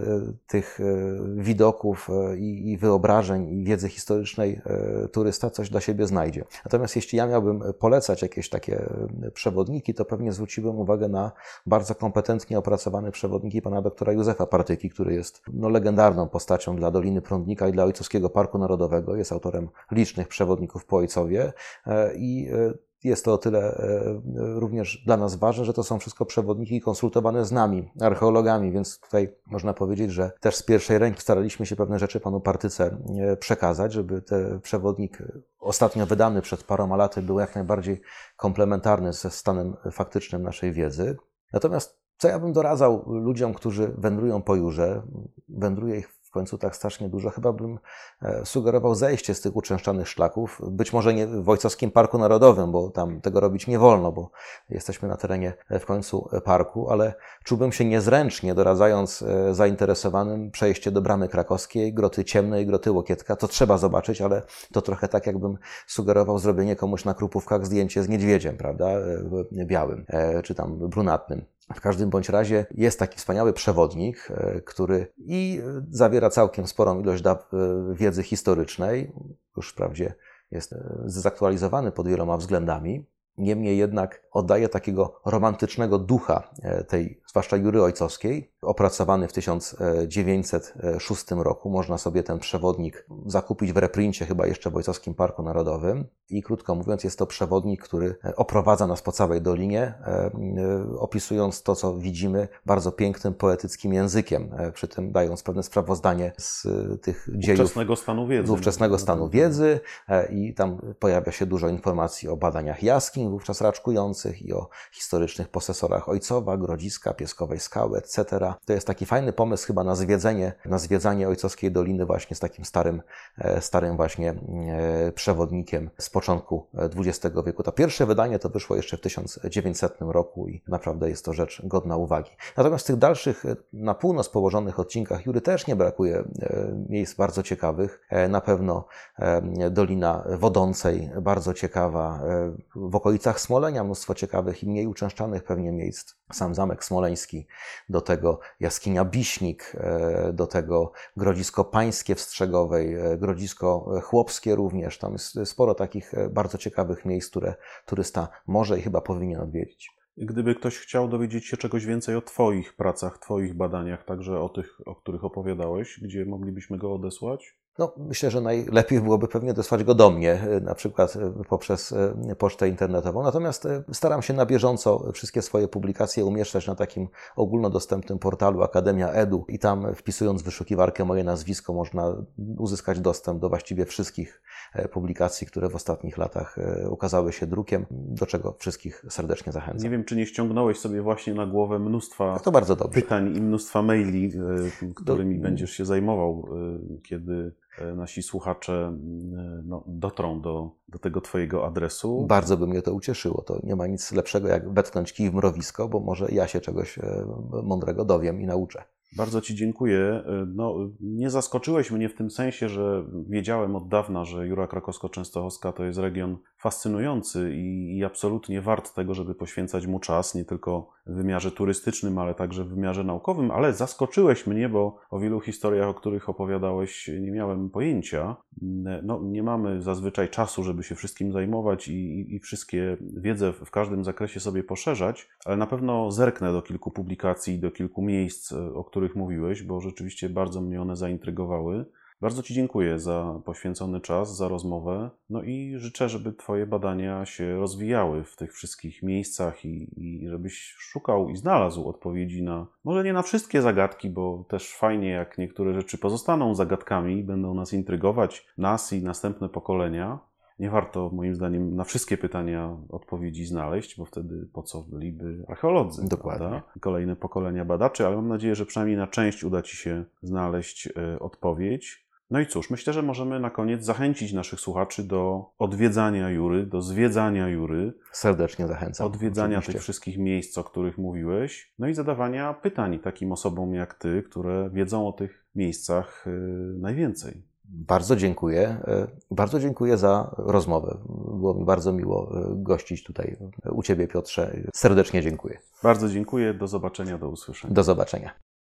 tych widoków i wyobrażeń i wiedzy historycznej turysta coś dla siebie znajdzie. Natomiast jeśli ja miałbym polecać jakieś takie przewodniki, to pewnie zwróciłbym uwagę na bardzo kompetentnie opracowane przewodniki pana doktora Józefa Partyki, który jest jest no, legendarną postacią dla Doliny Prądnika i dla Ojcowskiego Parku Narodowego. Jest autorem licznych przewodników po Ojcowie i jest to o tyle również dla nas ważne, że to są wszystko przewodniki konsultowane z nami, archeologami, więc tutaj można powiedzieć, że też z pierwszej ręki staraliśmy się pewne rzeczy panu Partyce przekazać, żeby ten przewodnik ostatnio wydany przed paroma laty był jak najbardziej komplementarny ze stanem faktycznym naszej wiedzy. Natomiast co ja bym doradzał ludziom, którzy wędrują po Jurze, wędruje ich w końcu tak strasznie dużo, chyba bym sugerował zejście z tych uczęszczanych szlaków, być może nie w Ojcowskim Parku Narodowym, bo tam tego robić nie wolno, bo jesteśmy na terenie w końcu parku, ale czułbym się niezręcznie doradzając zainteresowanym przejście do Bramy Krakowskiej, Groty Ciemnej, Groty Łokietka. To trzeba zobaczyć, ale to trochę tak jakbym sugerował zrobienie komuś na Krupówkach zdjęcie z niedźwiedziem, prawda, białym, czy tam brunatnym. W każdym bądź razie jest taki wspaniały przewodnik, który i zawiera całkiem sporą ilość wiedzy historycznej, już wprawdzie jest zaktualizowany pod wieloma względami, niemniej jednak oddaje takiego romantycznego ducha tej, zwłaszcza Jury Ojcowskiej, opracowany w tysiąc dziewięćset szóstym roku. Można sobie ten przewodnik zakupić w reprincie, chyba jeszcze w Ojcowskim Parku Narodowym. I krótko mówiąc, jest to przewodnik, który oprowadza nas po całej dolinie, opisując to, co widzimy, bardzo pięknym, poetyckim językiem, przy tym dając pewne sprawozdanie z tych dziejów ówczesnego stanu wiedzy. Z ówczesnego stanu wiedzy i tam pojawia się dużo informacji o badaniach jaskiń wówczas raczkujących i o historycznych posesorach Ojcowa, Grodziska, Pieskowej Skały, et cetera. To jest taki fajny pomysł chyba na zwiedzenie, na zwiedzanie Ojcowskiej Doliny właśnie z takim starym, starym właśnie przewodnikiem z początku dwudziestego wieku. To pierwsze wydanie to wyszło jeszcze w tysiąc dziewięćsetnym roku i naprawdę jest to rzecz godna uwagi. Natomiast w tych dalszych, na północ położonych odcinkach Jury też nie brakuje miejsc bardzo ciekawych. Na pewno Dolina Wodącej, bardzo ciekawa. W okolicach Smolenia mnóstwo ciekawych i mniej uczęszczanych pewnie miejsc. Sam Zamek Smoleński, do tego jaskinia Biśnik, do tego Grodzisko Pańskie w Strzegowej, Grodzisko Chłopskie również. Tam jest sporo takich bardzo ciekawych miejsc, które turysta może i chyba powinien odwiedzić. Gdyby ktoś chciał dowiedzieć się czegoś więcej o Twoich pracach, Twoich badaniach, także o tych, o których opowiadałeś, gdzie moglibyśmy go odesłać? No, myślę, że najlepiej byłoby pewnie dosłać go do mnie, na przykład poprzez pocztę internetową. Natomiast staram się na bieżąco wszystkie swoje publikacje umieszczać na takim ogólnodostępnym portalu Akademia Edu i tam wpisując w wyszukiwarkę moje nazwisko można uzyskać dostęp do właściwie wszystkich publikacji, które w ostatnich latach ukazały się drukiem, do czego wszystkich serdecznie zachęcam. Nie wiem, czy nie ściągnąłeś sobie właśnie na głowę mnóstwa to bardzo dobrze. pytań i mnóstwa maili, którymi do... będziesz się zajmował, kiedy nasi słuchacze no, dotrą do, do tego Twojego adresu. Bardzo by mnie to ucieszyło. To nie ma nic lepszego, jak wetknąć kij w mrowisko, bo może ja się czegoś mądrego dowiem i nauczę. Bardzo Ci dziękuję. No, nie zaskoczyłeś mnie w tym sensie, że wiedziałem od dawna, że Jura Krakowsko-Częstochowska to jest region fascynujący i, i absolutnie wart tego, żeby poświęcać mu czas, nie tylko w wymiarze turystycznym, ale także w wymiarze naukowym, ale zaskoczyłeś mnie, bo o wielu historiach, o których opowiadałeś, nie miałem pojęcia. No, nie mamy zazwyczaj czasu, żeby się wszystkim zajmować i, i, i wszystkie wiedzę w każdym zakresie sobie poszerzać, ale na pewno zerknę do kilku publikacji, do kilku miejsc, o których mówiłeś, bo rzeczywiście bardzo mnie one zaintrygowały. Bardzo Ci dziękuję za poświęcony czas, za rozmowę, no i życzę, żeby Twoje badania się rozwijały w tych wszystkich miejscach i, i żebyś szukał i znalazł odpowiedzi na, może nie na wszystkie zagadki, bo też fajnie, jak niektóre rzeczy pozostaną zagadkami i będą nas intrygować, nas i następne pokolenia. Nie warto, moim zdaniem, na wszystkie pytania odpowiedzi znaleźć, bo wtedy po co byliby archeolodzy? Dokładnie. Prawda? Kolejne pokolenia badaczy, ale mam nadzieję, że przynajmniej na część uda Ci się znaleźć y, odpowiedź. No i cóż, myślę, że możemy na koniec zachęcić naszych słuchaczy do odwiedzania Jury, do zwiedzania Jury. Serdecznie zachęcam. Odwiedzania oczywiście. tych wszystkich miejsc, o których mówiłeś, no i zadawania pytań takim osobom jak Ty, które wiedzą o tych miejscach y, najwięcej. Bardzo dziękuję. Bardzo dziękuję za rozmowę. Było mi bardzo miło gościć tutaj u Ciebie, Piotrze. Serdecznie dziękuję. Bardzo dziękuję. Do zobaczenia, do usłyszenia. Do zobaczenia.